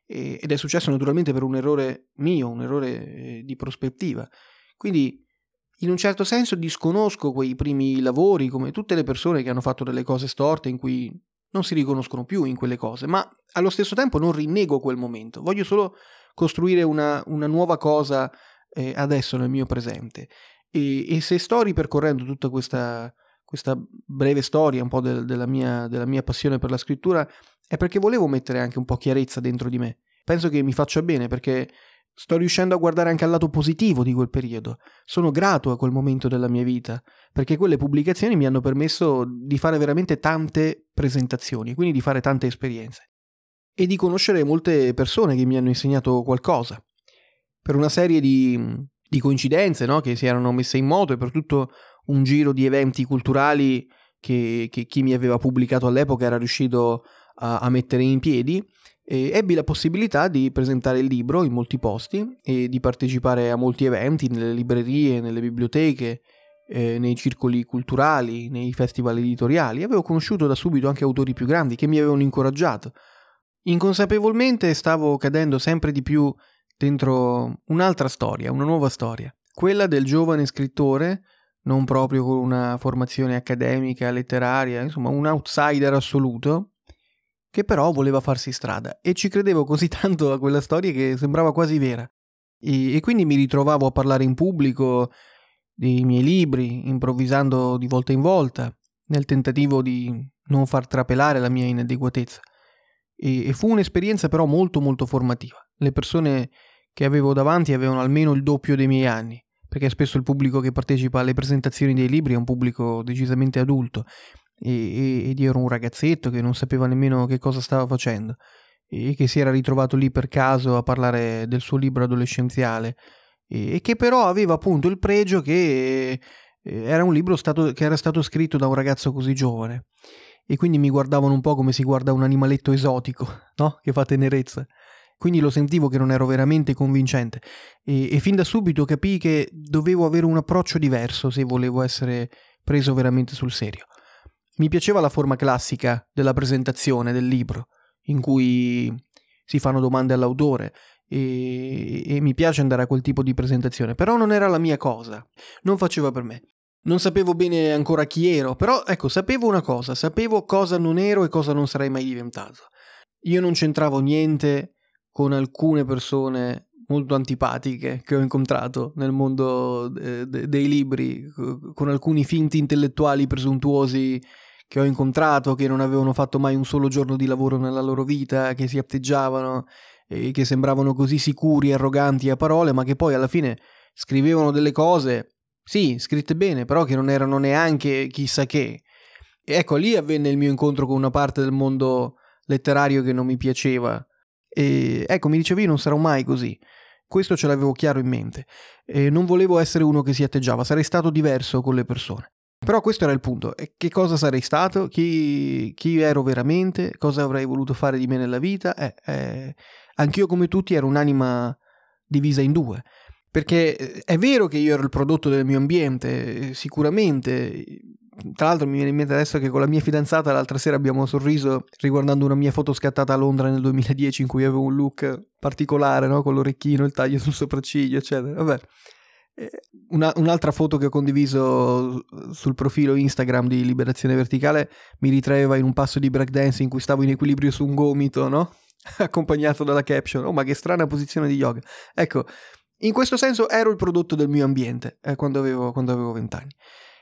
ed è successo naturalmente per un errore mio, un errore di prospettiva. Quindi in un certo senso disconosco quei primi lavori, come tutte le persone che hanno fatto delle cose storte in cui non si riconoscono più in quelle cose, ma allo stesso tempo non rinnego quel momento, voglio solo costruire una nuova cosa adesso nel mio presente. E se sto ripercorrendo tutta questa breve storia un po' della mia passione per la scrittura, è perché volevo mettere anche un po' chiarezza dentro di me. Penso che mi faccia bene, perché sto riuscendo a guardare anche al lato positivo di quel periodo. Sono grato a quel momento della mia vita, perché quelle pubblicazioni mi hanno permesso di fare veramente tante presentazioni, quindi di fare tante esperienze e di conoscere molte persone che mi hanno insegnato qualcosa. Per una serie di coincidenze, no, che si erano messe in moto, e per tutto un giro di eventi culturali che chi mi aveva pubblicato all'epoca era riuscito a mettere in piedi, ebbi la possibilità di presentare il libro in molti posti e di partecipare a molti eventi, nelle librerie, nelle biblioteche, nei circoli culturali, nei festival editoriali. Avevo conosciuto da subito anche autori più grandi che mi avevano incoraggiato. Inconsapevolmente stavo cadendo sempre di più dentro un'altra storia, una nuova storia, quella del giovane scrittore, non proprio con una formazione accademica, letteraria, insomma un outsider assoluto, che però voleva farsi strada, e ci credevo così tanto a quella storia che sembrava quasi vera. E quindi mi ritrovavo a parlare in pubblico dei miei libri, improvvisando di volta in volta, nel tentativo di non far trapelare la mia inadeguatezza. E fu un'esperienza però molto molto formativa. Le persone che avevo davanti avevano almeno il doppio dei miei anni, perché spesso il pubblico che partecipa alle presentazioni dei libri è un pubblico decisamente adulto, ed io ero un ragazzetto che non sapeva nemmeno che cosa stava facendo e che si era ritrovato lì per caso a parlare del suo libro adolescenziale, e che però aveva appunto il pregio che era un libro che era stato scritto da un ragazzo così giovane, e quindi mi guardavano un po' come si guarda un animaletto esotico, no? Che fa tenerezza. Quindi lo sentivo che non ero veramente convincente, e fin da subito capii che dovevo avere un approccio diverso se volevo essere preso veramente sul serio. Mi piaceva la forma classica della presentazione del libro, in cui si fanno domande all'autore, e mi piace andare a quel tipo di presentazione, però non era la mia cosa, non faceva per me. Non sapevo bene ancora chi ero, però ecco, sapevo una cosa, sapevo cosa non ero e cosa non sarei mai diventato. Io non c'entravo niente con alcune persone molto antipatiche che ho incontrato nel mondo dei libri, con alcuni finti intellettuali presuntuosi che ho incontrato, che non avevano fatto mai un solo giorno di lavoro nella loro vita, che si atteggiavano e che sembravano così sicuri e arroganti a parole, ma che poi alla fine scrivevano delle cose, sì, scritte bene, però che non erano neanche chissà che. E ecco, lì avvenne il mio incontro con una parte del mondo letterario che non mi piaceva. E ecco, mi dicevo, io non sarò mai così. Questo ce l'avevo chiaro in mente. E non volevo essere uno che si atteggiava, sarei stato diverso con le persone. Però questo era il punto. E che cosa sarei stato? Chi ero veramente? Cosa avrei voluto fare di me nella vita? Anch'io, come tutti, ero un'anima divisa in due. Perché è vero che io ero il prodotto del mio ambiente, sicuramente. Tra l'altro mi viene in mente adesso che con la mia fidanzata l'altra sera abbiamo sorriso riguardando una mia foto scattata a Londra nel 2010 in cui avevo un look particolare, no? Con l'orecchino, il taglio sul sopracciglio, eccetera. Vabbè. Un'altra foto che ho condiviso sul profilo Instagram di Liberazione Verticale mi ritraeva in un passo di breakdance in cui stavo in equilibrio su un gomito, no? Accompagnato dalla caption: "Oh, ma che strana posizione di yoga". Ecco, in questo senso ero il prodotto del mio ambiente quando avevo 20 anni.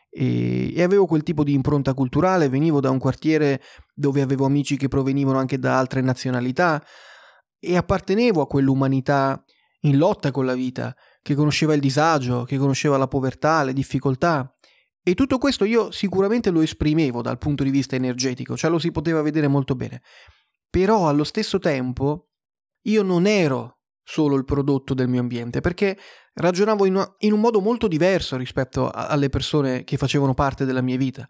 E avevo quel tipo di impronta culturale, venivo da un quartiere dove avevo amici che provenivano anche da altre nazionalità e appartenevo a quell'umanità in lotta con la vita, che conosceva il disagio, che conosceva la povertà, le difficoltà, e tutto questo io sicuramente lo esprimevo dal punto di vista energetico, cioè lo si poteva vedere molto bene. Però allo stesso tempo io non ero solo il prodotto del mio ambiente, perché ragionavo in un modo molto diverso rispetto alle persone che facevano parte della mia vita.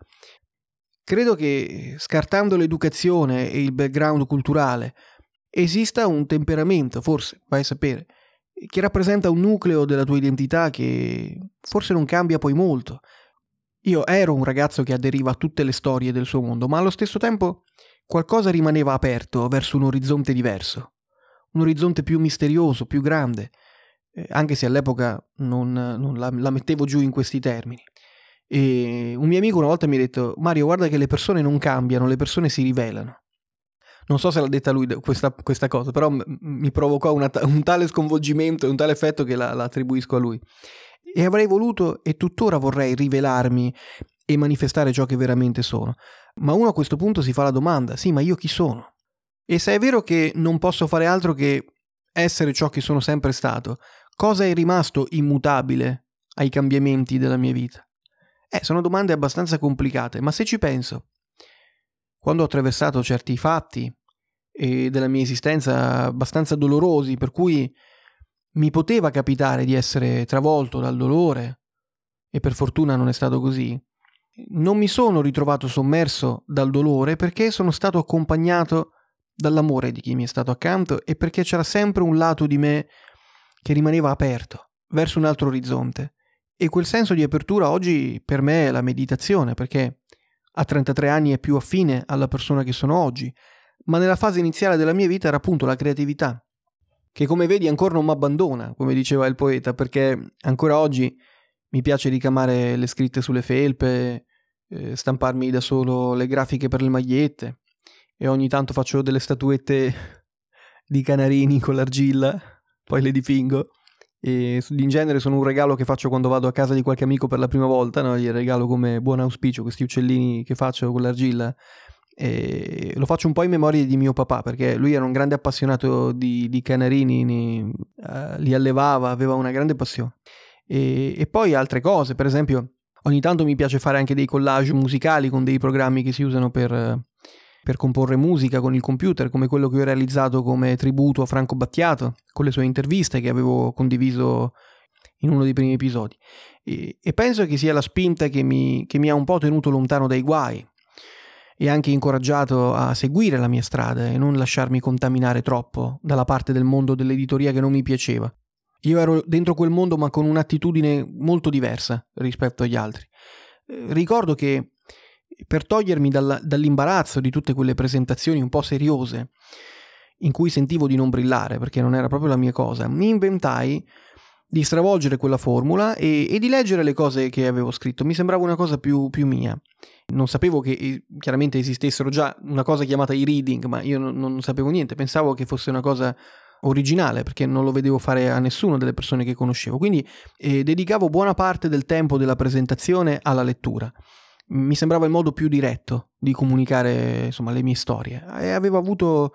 Credo che, scartando l'educazione e il background culturale, esista un temperamento, forse, vai a sapere, che rappresenta un nucleo della tua identità che forse non cambia poi molto. Io ero un ragazzo che aderiva a tutte le storie del suo mondo, ma allo stesso tempo qualcosa rimaneva aperto verso un orizzonte diverso. un orizzonte più misterioso, più grande, anche se all'epoca non la mettevo giù in questi termini. E un mio amico una volta mi ha detto: Mario, guarda che le persone non cambiano, le persone si rivelano. Non so se l'ha detta lui questa cosa, però mi provocò un tale sconvolgimento e un tale effetto che la attribuisco a lui. E avrei voluto e tuttora vorrei rivelarmi e manifestare ciò che veramente sono. Ma uno a questo punto si fa la domanda: sì, ma io chi sono? E se è vero che non posso fare altro che essere ciò che sono sempre stato, cosa è rimasto immutabile ai cambiamenti della mia vita? Sono domande abbastanza complicate, ma se ci penso, quando ho attraversato certi fatti della mia esistenza abbastanza dolorosi, per cui mi poteva capitare di essere travolto dal dolore, e per fortuna non è stato così, non mi sono ritrovato sommerso dal dolore perché sono stato accompagnato dall'amore di chi mi è stato accanto e perché c'era sempre un lato di me che rimaneva aperto verso un altro orizzonte. E quel senso di apertura oggi per me è la meditazione, perché a 33 anni è più affine alla persona che sono oggi, ma nella fase iniziale della mia vita era appunto la creatività, che come vedi ancora non mi abbandona, come diceva il poeta, perché ancora oggi mi piace ricamare le scritte sulle felpe, stamparmi da solo le grafiche per le magliette, e ogni tanto faccio delle statuette di canarini con l'argilla, poi le dipingo. E in genere sono un regalo che faccio quando vado a casa di qualche amico per la prima volta, no? Gli regalo come buon auspicio questi uccellini che faccio con l'argilla, e lo faccio un po' in memoria di mio papà, perché lui era un grande appassionato di canarini, li allevava, aveva una grande passione. E poi altre cose, per esempio ogni tanto mi piace fare anche dei collage musicali con dei programmi che si usano per comporre musica con il computer, come quello che ho realizzato come tributo a Franco Battiato, con le sue interviste che avevo condiviso in uno dei primi episodi. E penso che sia la spinta che mi ha un po' tenuto lontano dai guai e anche incoraggiato a seguire la mia strada e non lasciarmi contaminare troppo dalla parte del mondo dell'editoria che non mi piaceva. Io ero dentro quel mondo ma con un'attitudine molto diversa rispetto agli altri. Ricordo che per togliermi dall'imbarazzo di tutte quelle presentazioni un po' seriose in cui sentivo di non brillare perché non era proprio la mia cosa, mi inventai di stravolgere quella formula e di leggere le cose che avevo scritto. Mi sembrava una cosa più mia. Non sapevo che chiaramente esistessero già una cosa chiamata i reading, ma io non sapevo niente, pensavo che fosse una cosa originale perché non lo vedevo fare a nessuna delle persone che conoscevo, quindi dedicavo buona parte del tempo della presentazione alla lettura. Mi sembrava il modo più diretto di comunicare, insomma, le mie storie, e aveva avuto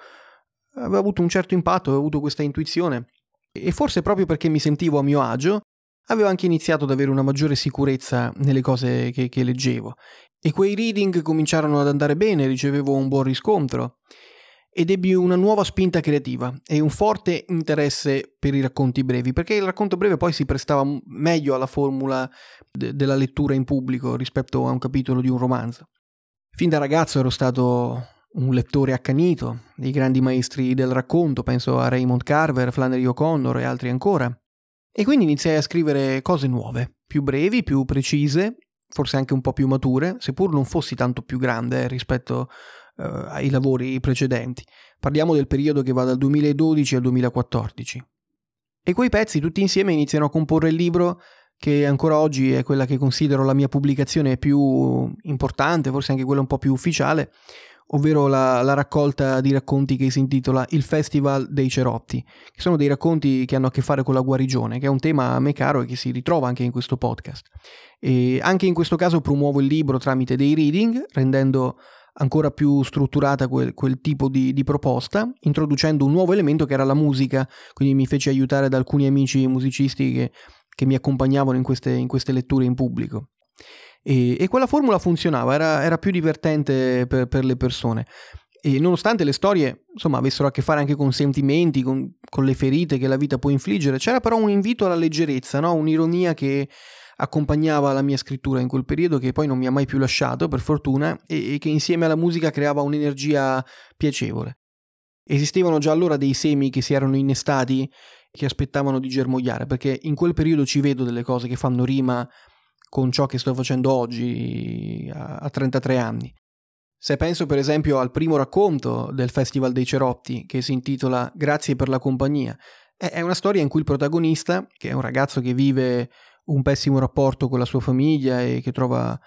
un certo impatto, avevo avuto questa intuizione e forse proprio perché mi sentivo a mio agio avevo anche iniziato ad avere una maggiore sicurezza nelle cose che leggevo, e quei reading cominciarono ad andare bene, ricevevo un buon riscontro ed ebbi una nuova spinta creativa e un forte interesse per i racconti brevi, perché il racconto breve poi si prestava meglio alla formula della lettura in pubblico rispetto a un capitolo di un romanzo. Fin da ragazzo ero stato un lettore accanito dei grandi maestri del racconto, penso a Raymond Carver, Flannery O'Connor e altri ancora, e quindi iniziai a scrivere cose nuove, più brevi, più precise, forse anche un po' più mature, seppur non fossi tanto più grande rispetto ai lavori precedenti. Parliamo del periodo che va dal 2012 al 2014. E quei pezzi tutti insieme iniziano a comporre il libro che ancora oggi è quella che considero la mia pubblicazione più importante, forse anche quella un po' più ufficiale, ovvero la raccolta di racconti che si intitola Il Festival dei Cerotti, che sono dei racconti che hanno a che fare con la guarigione, che è un tema a me caro e che si ritrova anche in questo podcast. E anche in questo caso promuovo il libro tramite dei reading, rendendo ancora più strutturata quel tipo di proposta, introducendo un nuovo elemento che era la musica, quindi mi feci aiutare da alcuni amici musicisti che mi accompagnavano in queste letture in pubblico. E quella formula funzionava, era più divertente per le persone. E nonostante le storie, insomma, avessero a che fare anche con sentimenti, con le ferite che la vita può infliggere, c'era però un invito alla leggerezza, no? Un'ironia che accompagnava la mia scrittura in quel periodo, che poi non mi ha mai più lasciato, per fortuna, e che insieme alla musica creava un'energia piacevole. Esistevano già allora dei semi che si erano innestati, che aspettavano di germogliare, perché in quel periodo ci vedo delle cose che fanno rima con ciò che sto facendo oggi a 33 anni. Se penso per esempio al primo racconto del Festival dei Cerotti, che si intitola Grazie per la compagnia, è una storia in cui il protagonista, che è un ragazzo che vive un pessimo rapporto con la sua famiglia e che trova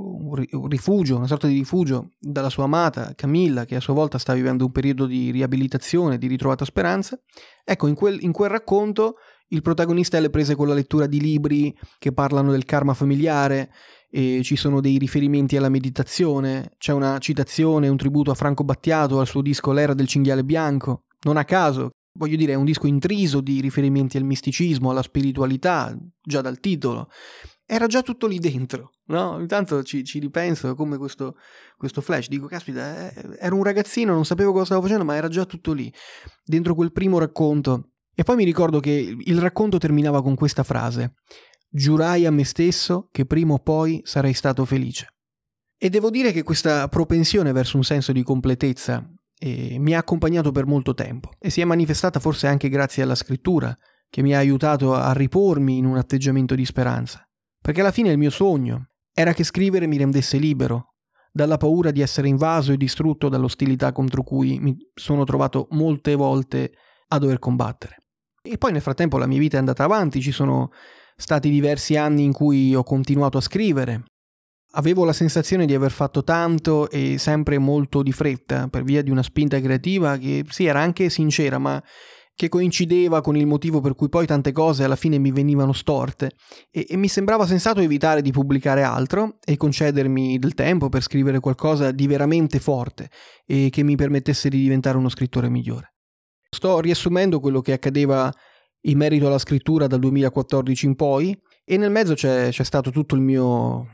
un rifugio, una sorta di rifugio dalla sua amata Camilla, che a sua volta sta vivendo un periodo di riabilitazione, di ritrovata speranza. Ecco, in quel racconto il protagonista è alle prese con la lettura di libri che parlano del karma familiare, e ci sono dei riferimenti alla meditazione, c'è una citazione, un tributo a Franco Battiato al suo disco L'era del cinghiale bianco. Non a caso, voglio dire, è un disco intriso di riferimenti al misticismo, alla spiritualità, già dal titolo. Era già tutto lì dentro, no? Ogni tanto ci ripenso come questo flash, dico, caspita, ero un ragazzino, non sapevo cosa stavo facendo, ma era già tutto lì, dentro quel primo racconto. E poi mi ricordo che il racconto terminava con questa frase: giurai a me stesso che prima o poi sarei stato felice. E devo dire che questa propensione verso un senso di completezza mi ha accompagnato per molto tempo e si è manifestata forse anche grazie alla scrittura, che mi ha aiutato a ripormi in un atteggiamento di speranza. Perché alla fine il mio sogno era che scrivere mi rendesse libero dalla paura di essere invaso e distrutto dall'ostilità contro cui mi sono trovato molte volte a dover combattere. E poi nel frattempo la mia vita è andata avanti, ci sono stati diversi anni in cui ho continuato a scrivere. Avevo la sensazione di aver fatto tanto e sempre molto di fretta, per via di una spinta creativa che sì, era anche sincera, ma che coincideva con il motivo per cui poi tante cose alla fine mi venivano storte e mi sembrava sensato evitare di pubblicare altro e concedermi del tempo per scrivere qualcosa di veramente forte e che mi permettesse di diventare uno scrittore migliore. Sto riassumendo quello che accadeva in merito alla scrittura dal 2014 in poi, e nel mezzo c'è stato tutto il mio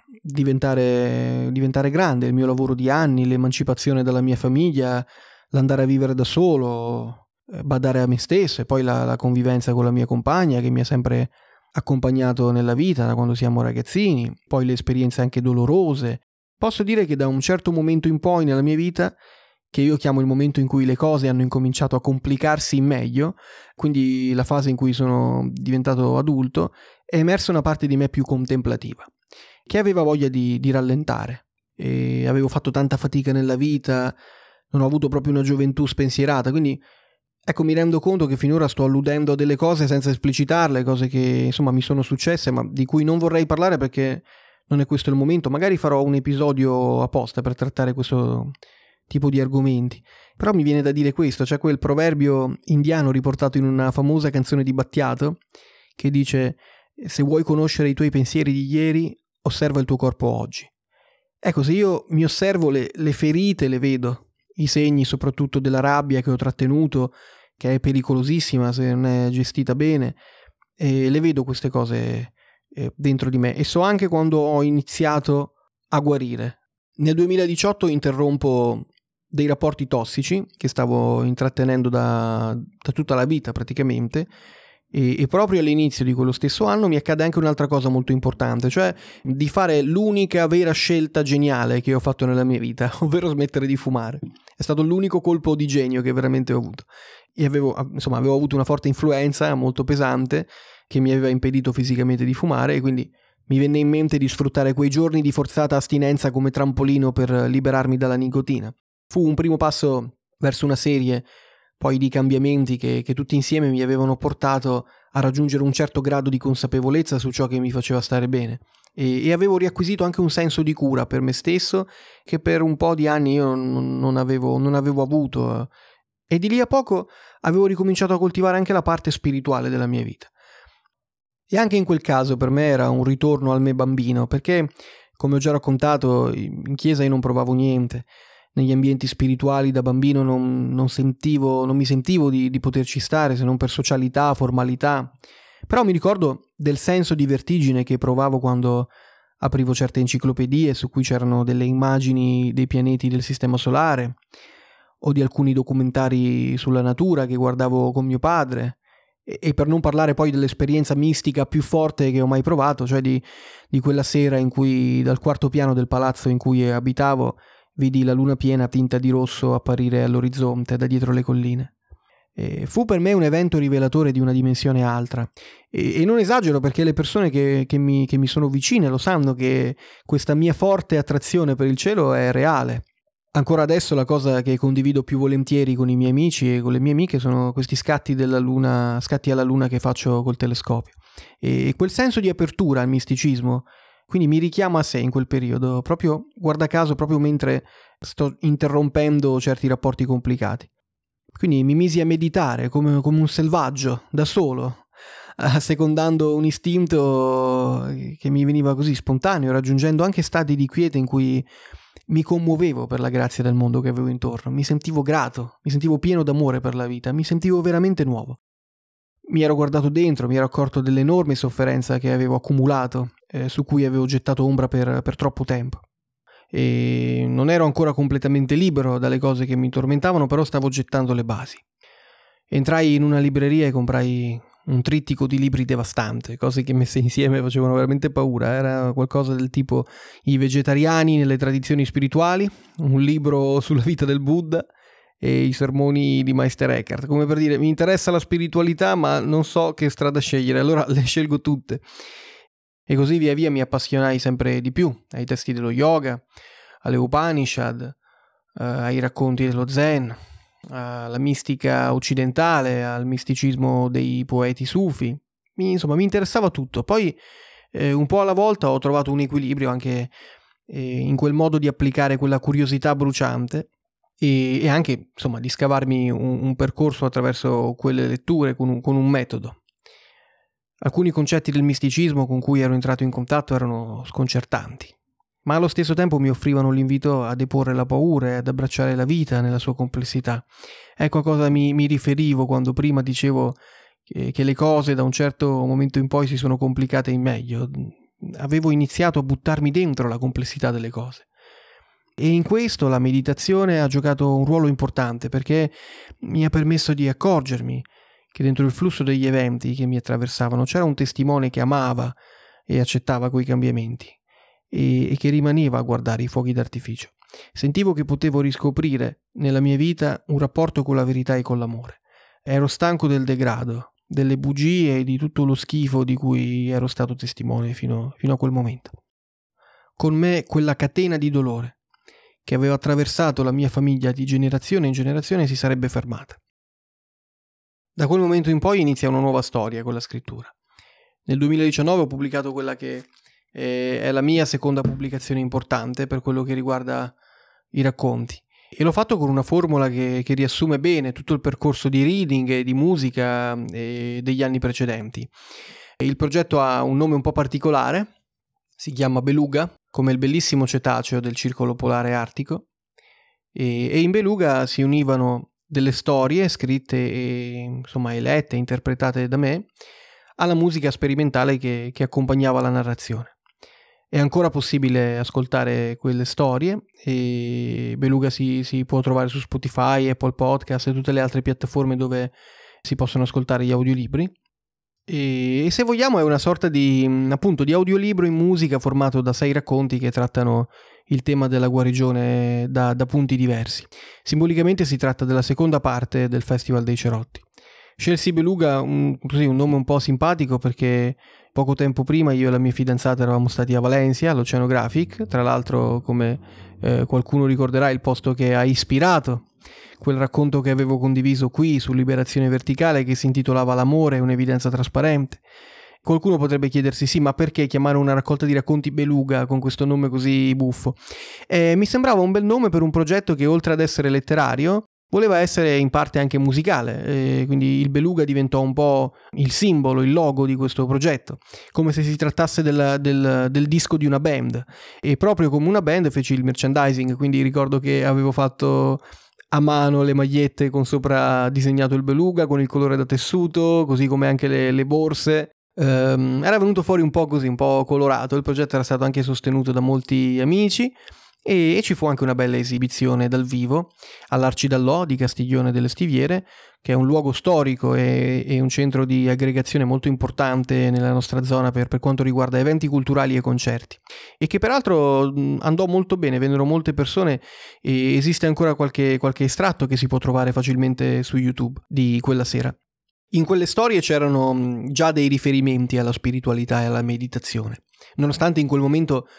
diventare grande, il mio lavoro di anni, l'emancipazione dalla mia famiglia, l'andare a vivere da solo, badare a me stesso, e poi la convivenza con la mia compagna che mi ha sempre accompagnato nella vita da quando siamo ragazzini, poi le esperienze anche dolorose. Posso dire che da un certo momento in poi nella mia vita, che io chiamo il momento in cui le cose hanno incominciato a complicarsi in meglio, quindi la fase in cui sono diventato adulto, è emersa una parte di me più contemplativa, che aveva voglia di rallentare. E avevo fatto tanta fatica nella vita, non ho avuto proprio una gioventù spensierata, quindi ecco, mi rendo conto che finora sto alludendo a delle cose senza esplicitarle, cose che insomma mi sono successe, ma di cui non vorrei parlare perché non è questo il momento. Magari farò un episodio apposta per trattare questo tipo di argomenti. Però mi viene da dire questo, c'è quel proverbio indiano riportato in una famosa canzone di Battiato che dice: se vuoi conoscere i tuoi pensieri di ieri, osserva il tuo corpo oggi. Ecco, se io mi osservo le ferite, le vedo, i segni soprattutto della rabbia che ho trattenuto, che è pericolosissima se non è gestita bene, e le vedo queste cose dentro di me, e so anche quando ho iniziato a guarire. Nel 2018 interrompo dei rapporti tossici che stavo intrattenendo da tutta la vita praticamente, e proprio all'inizio di quello stesso anno mi accade anche un'altra cosa molto importante, cioè di fare l'unica vera scelta geniale che ho fatto nella mia vita, ovvero smettere di fumare. È stato l'unico colpo di genio che veramente ho avuto, e avevo avuto una forte influenza molto pesante che mi aveva impedito fisicamente di fumare, e quindi mi venne in mente di sfruttare quei giorni di forzata astinenza come trampolino per liberarmi dalla nicotina. Fu un primo passo verso una serie poi di cambiamenti che tutti insieme mi avevano portato a raggiungere un certo grado di consapevolezza su ciò che mi faceva stare bene, e avevo riacquisito anche un senso di cura per me stesso che per un po' di anni io non avevo avuto, e di lì a poco avevo ricominciato a coltivare anche la parte spirituale della mia vita. E anche in quel caso per me era un ritorno al me bambino, perché, come ho già raccontato, in chiesa io non provavo niente. Negli ambienti spirituali da bambino non mi sentivo di poterci stare, se non per socialità, formalità. Però mi ricordo del senso di vertigine che provavo quando aprivo certe enciclopedie su cui c'erano delle immagini dei pianeti del Sistema Solare, o di alcuni documentari sulla natura che guardavo con mio padre, e per non parlare poi dell'esperienza mistica più forte che ho mai provato, cioè di quella sera in cui dal quarto piano del palazzo in cui abitavo vidi la luna piena tinta di rosso apparire all'orizzonte da dietro le colline. Fu per me un evento rivelatore di una dimensione altra, e non esagero, perché le persone che mi sono vicine lo sanno che questa mia forte attrazione per il cielo è reale. Ancora adesso la cosa che condivido più volentieri con i miei amici e con le mie amiche sono questi scatti alla luna che faccio col telescopio. E quel senso di apertura al misticismo, quindi mi richiama a sé in quel periodo, proprio, guarda caso, proprio mentre sto interrompendo certi rapporti complicati. Quindi mi misi a meditare come un selvaggio, da solo, assecondando un istinto che mi veniva così spontaneo, raggiungendo anche stati di quiete in cui mi commuovevo per la grazia del mondo che avevo intorno, mi sentivo grato, mi sentivo pieno d'amore per la vita, mi sentivo veramente nuovo. Mi ero guardato dentro, mi ero accorto dell'enorme sofferenza che avevo accumulato, su cui avevo gettato ombra per troppo tempo. E non ero ancora completamente libero dalle cose che mi tormentavano, però stavo gettando le basi. Entrai in una libreria e comprai un trittico di libri devastante, cose che messe insieme facevano veramente paura. Era qualcosa del tipo I vegetariani nelle tradizioni spirituali, un libro sulla vita del Buddha e i sermoni di Meister Eckhart, come per dire: mi interessa la spiritualità ma non so che strada scegliere, allora le scelgo tutte. E così via via mi appassionai sempre di più ai testi dello yoga, alle Upanishad, ai racconti dello Zen, alla mistica occidentale, al misticismo dei poeti sufi. Insomma, mi interessava tutto. Poi un po' alla volta ho trovato un equilibrio anche in quel modo di applicare quella curiosità bruciante e anche, insomma, di scavarmi un percorso attraverso quelle letture con un metodo. Alcuni concetti del misticismo con cui ero entrato in contatto erano sconcertanti, ma allo stesso tempo mi offrivano l'invito a deporre la paura e ad abbracciare la vita nella sua complessità. Ecco a cosa mi riferivo quando prima dicevo che le cose da un certo momento in poi si sono complicate in meglio. Avevo iniziato a buttarmi dentro la complessità delle cose. E in questo la meditazione ha giocato un ruolo importante, perché mi ha permesso di accorgermi che dentro il flusso degli eventi che mi attraversavano c'era un testimone che amava e accettava quei cambiamenti e che rimaneva a guardare i fuochi d'artificio. Sentivo che potevo riscoprire nella mia vita un rapporto con la verità e con l'amore. Ero stanco del degrado, delle bugie e di tutto lo schifo di cui ero stato testimone fino a quel momento. Con me quella catena di dolore che aveva attraversato la mia famiglia di generazione in generazione si sarebbe fermata. Da quel momento in poi inizia una nuova storia con la scrittura. Nel 2019 ho pubblicato quella che è la mia seconda pubblicazione importante per quello che riguarda i racconti. E l'ho fatto con una formula che riassume bene tutto il percorso di reading e di musica degli anni precedenti. Il progetto ha un nome un po' particolare, si chiama Beluga, come il bellissimo cetaceo del circolo polare artico, e in Beluga si univano delle storie scritte e insomma elette, interpretate da me, alla musica sperimentale che accompagnava la narrazione. È ancora possibile ascoltare quelle storie e Beluga si può trovare su Spotify, Apple Podcast e tutte le altre piattaforme dove si possono ascoltare gli audiolibri. E se vogliamo è una sorta di audiolibro in musica formato da 6 racconti che trattano il tema della guarigione da punti diversi. Simbolicamente si tratta della seconda parte del Festival dei Cerotti. Scelsi Beluga, un nome un po' simpatico, perché poco tempo prima io e la mia fidanzata eravamo stati a Valencia, all'Oceanographic, tra l'altro, come qualcuno ricorderà, il posto che ha ispirato quel racconto che avevo condiviso qui su Liberazione Verticale, che si intitolava L'amore è un'evidenza trasparente. Qualcuno potrebbe chiedersi: sì, ma perché chiamare una raccolta di racconti Beluga con questo nome così buffo? Mi sembrava un bel nome per un progetto che, oltre ad essere letterario, voleva essere in parte anche musicale, quindi il Beluga diventò un po' il simbolo, il logo di questo progetto, come se si trattasse del disco di una band. E proprio come una band feci il merchandising, quindi ricordo che avevo fatto a mano le magliette con sopra disegnato il Beluga con il colore da tessuto, così come anche le borse. Era venuto fuori un po' così, un po' colorato. Il progetto era stato anche sostenuto da molti amici e ci fu anche una bella esibizione dal vivo all'Arcidallò di Castiglione delle Stiviere, che è un luogo storico e un centro di aggregazione molto importante nella nostra zona per quanto riguarda eventi culturali e concerti, e che peraltro andò molto bene, vennero molte persone e esiste ancora qualche estratto che si può trovare facilmente su YouTube di quella sera. In quelle storie c'erano già dei riferimenti alla spiritualità e alla meditazione, nonostante in quel momento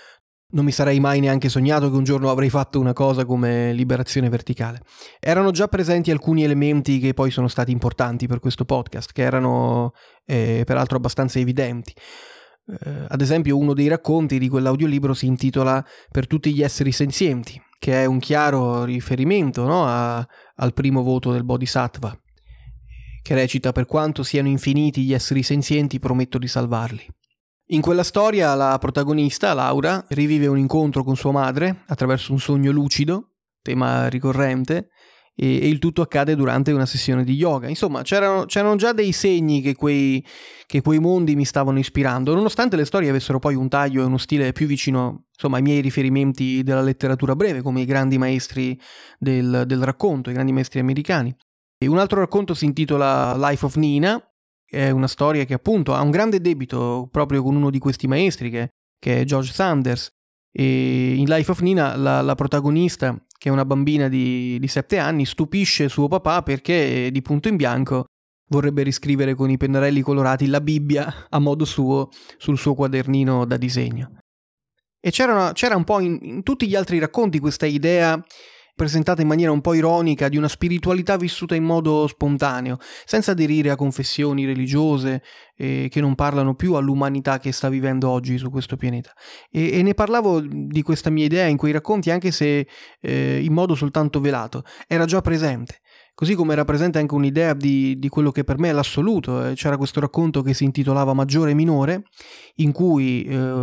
Non mi sarei mai neanche sognato che un giorno avrei fatto una cosa come Liberazione Verticale. Erano già presenti alcuni elementi che poi sono stati importanti per questo podcast, che erano peraltro abbastanza evidenti. Ad esempio, uno dei racconti di quell'audiolibro si intitola Per tutti gli esseri senzienti, che è un chiaro riferimento, no, al primo voto del Bodhisattva, che recita: per quanto siano infiniti gli esseri senzienti, prometto di salvarli. In quella storia la protagonista, Laura, rivive un incontro con sua madre attraverso un sogno lucido, tema ricorrente, e il tutto accade durante una sessione di yoga. Insomma, c'erano già dei segni che quei mondi mi stavano ispirando, nonostante le storie avessero poi un taglio e uno stile più vicino, insomma, ai miei riferimenti della letteratura breve, come i grandi maestri del racconto, i grandi maestri americani. E un altro racconto si intitola Life of Nina. È una storia che appunto ha un grande debito proprio con uno di questi maestri che è George Sanders. E in Life of Nina la protagonista, che è una bambina di 7 anni, stupisce suo papà perché di punto in bianco vorrebbe riscrivere con i pennarelli colorati la Bibbia a modo suo sul suo quadernino da disegno. E c'era un po' in tutti gli altri racconti questa idea presentata in maniera un po' ironica di una spiritualità vissuta in modo spontaneo, senza aderire a confessioni religiose che non parlano più all'umanità che sta vivendo oggi su questo pianeta. E ne parlavo di questa mia idea in quei racconti, anche se in modo soltanto velato. Era già presente. Così come era presente anche un'idea di quello che per me è l'assoluto. C'era questo racconto che si intitolava Maggiore e Minore, in cui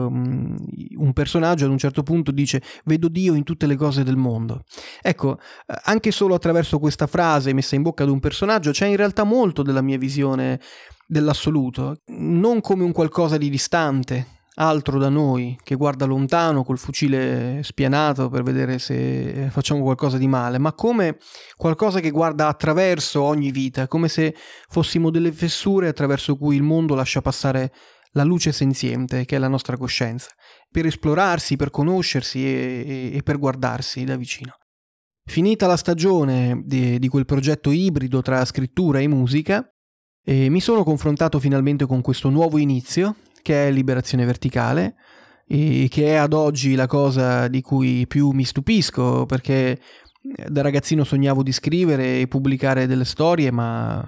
un personaggio ad un certo punto dice: vedo Dio in tutte le cose del mondo. Ecco, anche solo attraverso questa frase messa in bocca ad un personaggio c'è in realtà molto della mia visione dell'assoluto, non come un qualcosa di distante, altro da noi, che guarda lontano col fucile spianato per vedere se facciamo qualcosa di male, ma come qualcosa che guarda attraverso ogni vita, come se fossimo delle fessure attraverso cui il mondo lascia passare la luce senziente che è la nostra coscienza, per esplorarsi, per conoscersi e per guardarsi da vicino. Finita la stagione di quel progetto ibrido tra scrittura e musica, mi sono confrontato finalmente con questo nuovo inizio, che è Liberazione Verticale, e che è ad oggi la cosa di cui più mi stupisco, perché da ragazzino sognavo di scrivere e pubblicare delle storie, ma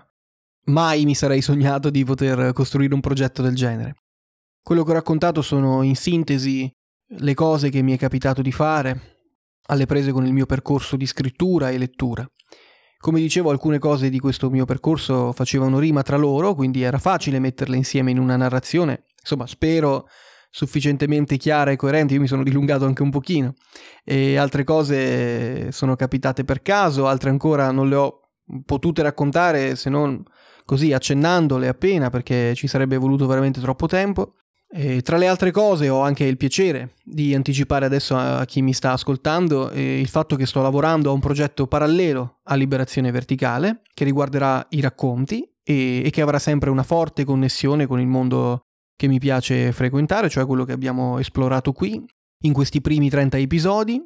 mai mi sarei sognato di poter costruire un progetto del genere. Quello che ho raccontato sono, in sintesi, le cose che mi è capitato di fare, alle prese con il mio percorso di scrittura e lettura. Come dicevo, alcune cose di questo mio percorso facevano rima tra loro, quindi era facile metterle insieme in una narrazione, insomma, spero sufficientemente chiara e coerente. Io mi sono dilungato anche un pochino, e altre cose sono capitate per caso, altre ancora non le ho potute raccontare se non così accennandole appena, perché ci sarebbe voluto veramente troppo tempo. E tra le altre cose ho anche il piacere di anticipare adesso a chi mi sta ascoltando il fatto che sto lavorando a un progetto parallelo a Liberazione Verticale che riguarderà i racconti e che avrà sempre una forte connessione con il mondo che mi piace frequentare, cioè quello che abbiamo esplorato qui in questi primi 30 episodi,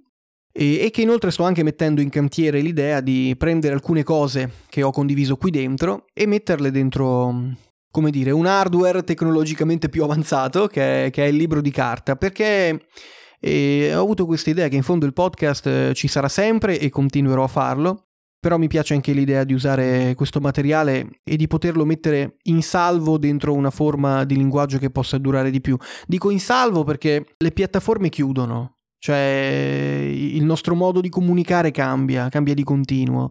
e che inoltre sto anche mettendo in cantiere l'idea di prendere alcune cose che ho condiviso qui dentro e metterle dentro, come dire, un hardware tecnologicamente più avanzato che è il libro di carta, perché ho avuto questa idea che in fondo il podcast ci sarà sempre e continuerò a farlo, però mi piace anche l'idea di usare questo materiale e di poterlo mettere in salvo dentro una forma di linguaggio che possa durare di più. Dico in salvo perché le piattaforme chiudono, cioè il nostro modo di comunicare cambia di continuo.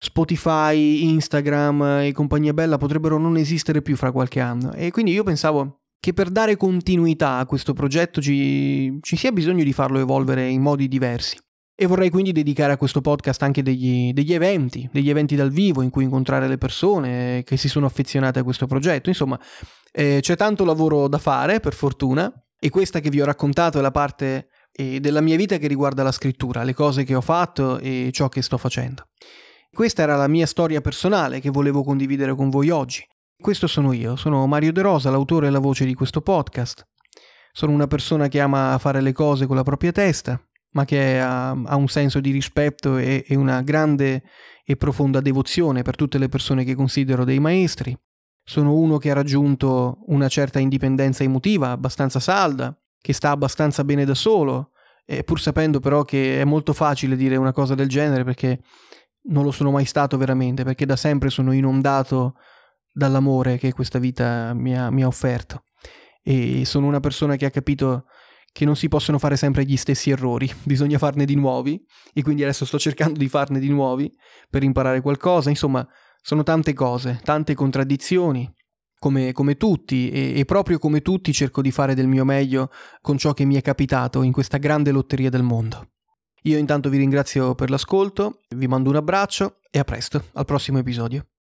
Spotify, Instagram e compagnia bella potrebbero non esistere più fra qualche anno, e quindi io pensavo che per dare continuità a questo progetto ci sia bisogno di farlo evolvere in modi diversi, e vorrei quindi dedicare a questo podcast anche degli eventi dal vivo in cui incontrare le persone che si sono affezionate a questo progetto. Insomma, c'è tanto lavoro da fare, per fortuna, e questa che vi ho raccontato è la parte della mia vita che riguarda la scrittura, le cose che ho fatto e ciò che sto facendo. Questa era la mia storia personale che volevo condividere con voi oggi. Questo sono io, sono Mario De Rosa, l'autore e la voce di questo podcast. Sono una persona che ama fare le cose con la propria testa, ma che ha un senso di rispetto e una grande e profonda devozione per tutte le persone che considero dei maestri. Sono uno che ha raggiunto una certa indipendenza emotiva abbastanza salda, che sta abbastanza bene da solo, pur sapendo però che è molto facile dire una cosa del genere, perché non lo sono mai stato veramente, perché da sempre sono inondato dall'amore che questa vita mi ha offerto, e sono una persona che ha capito che non si possono fare sempre gli stessi errori, bisogna farne di nuovi, e quindi adesso sto cercando di farne di nuovi per imparare qualcosa. Insomma, sono tante cose, tante contraddizioni, come tutti, e proprio come tutti cerco di fare del mio meglio con ciò che mi è capitato in questa grande lotteria del mondo. Io intanto vi ringrazio per l'ascolto, vi mando un abbraccio e a presto, al prossimo episodio.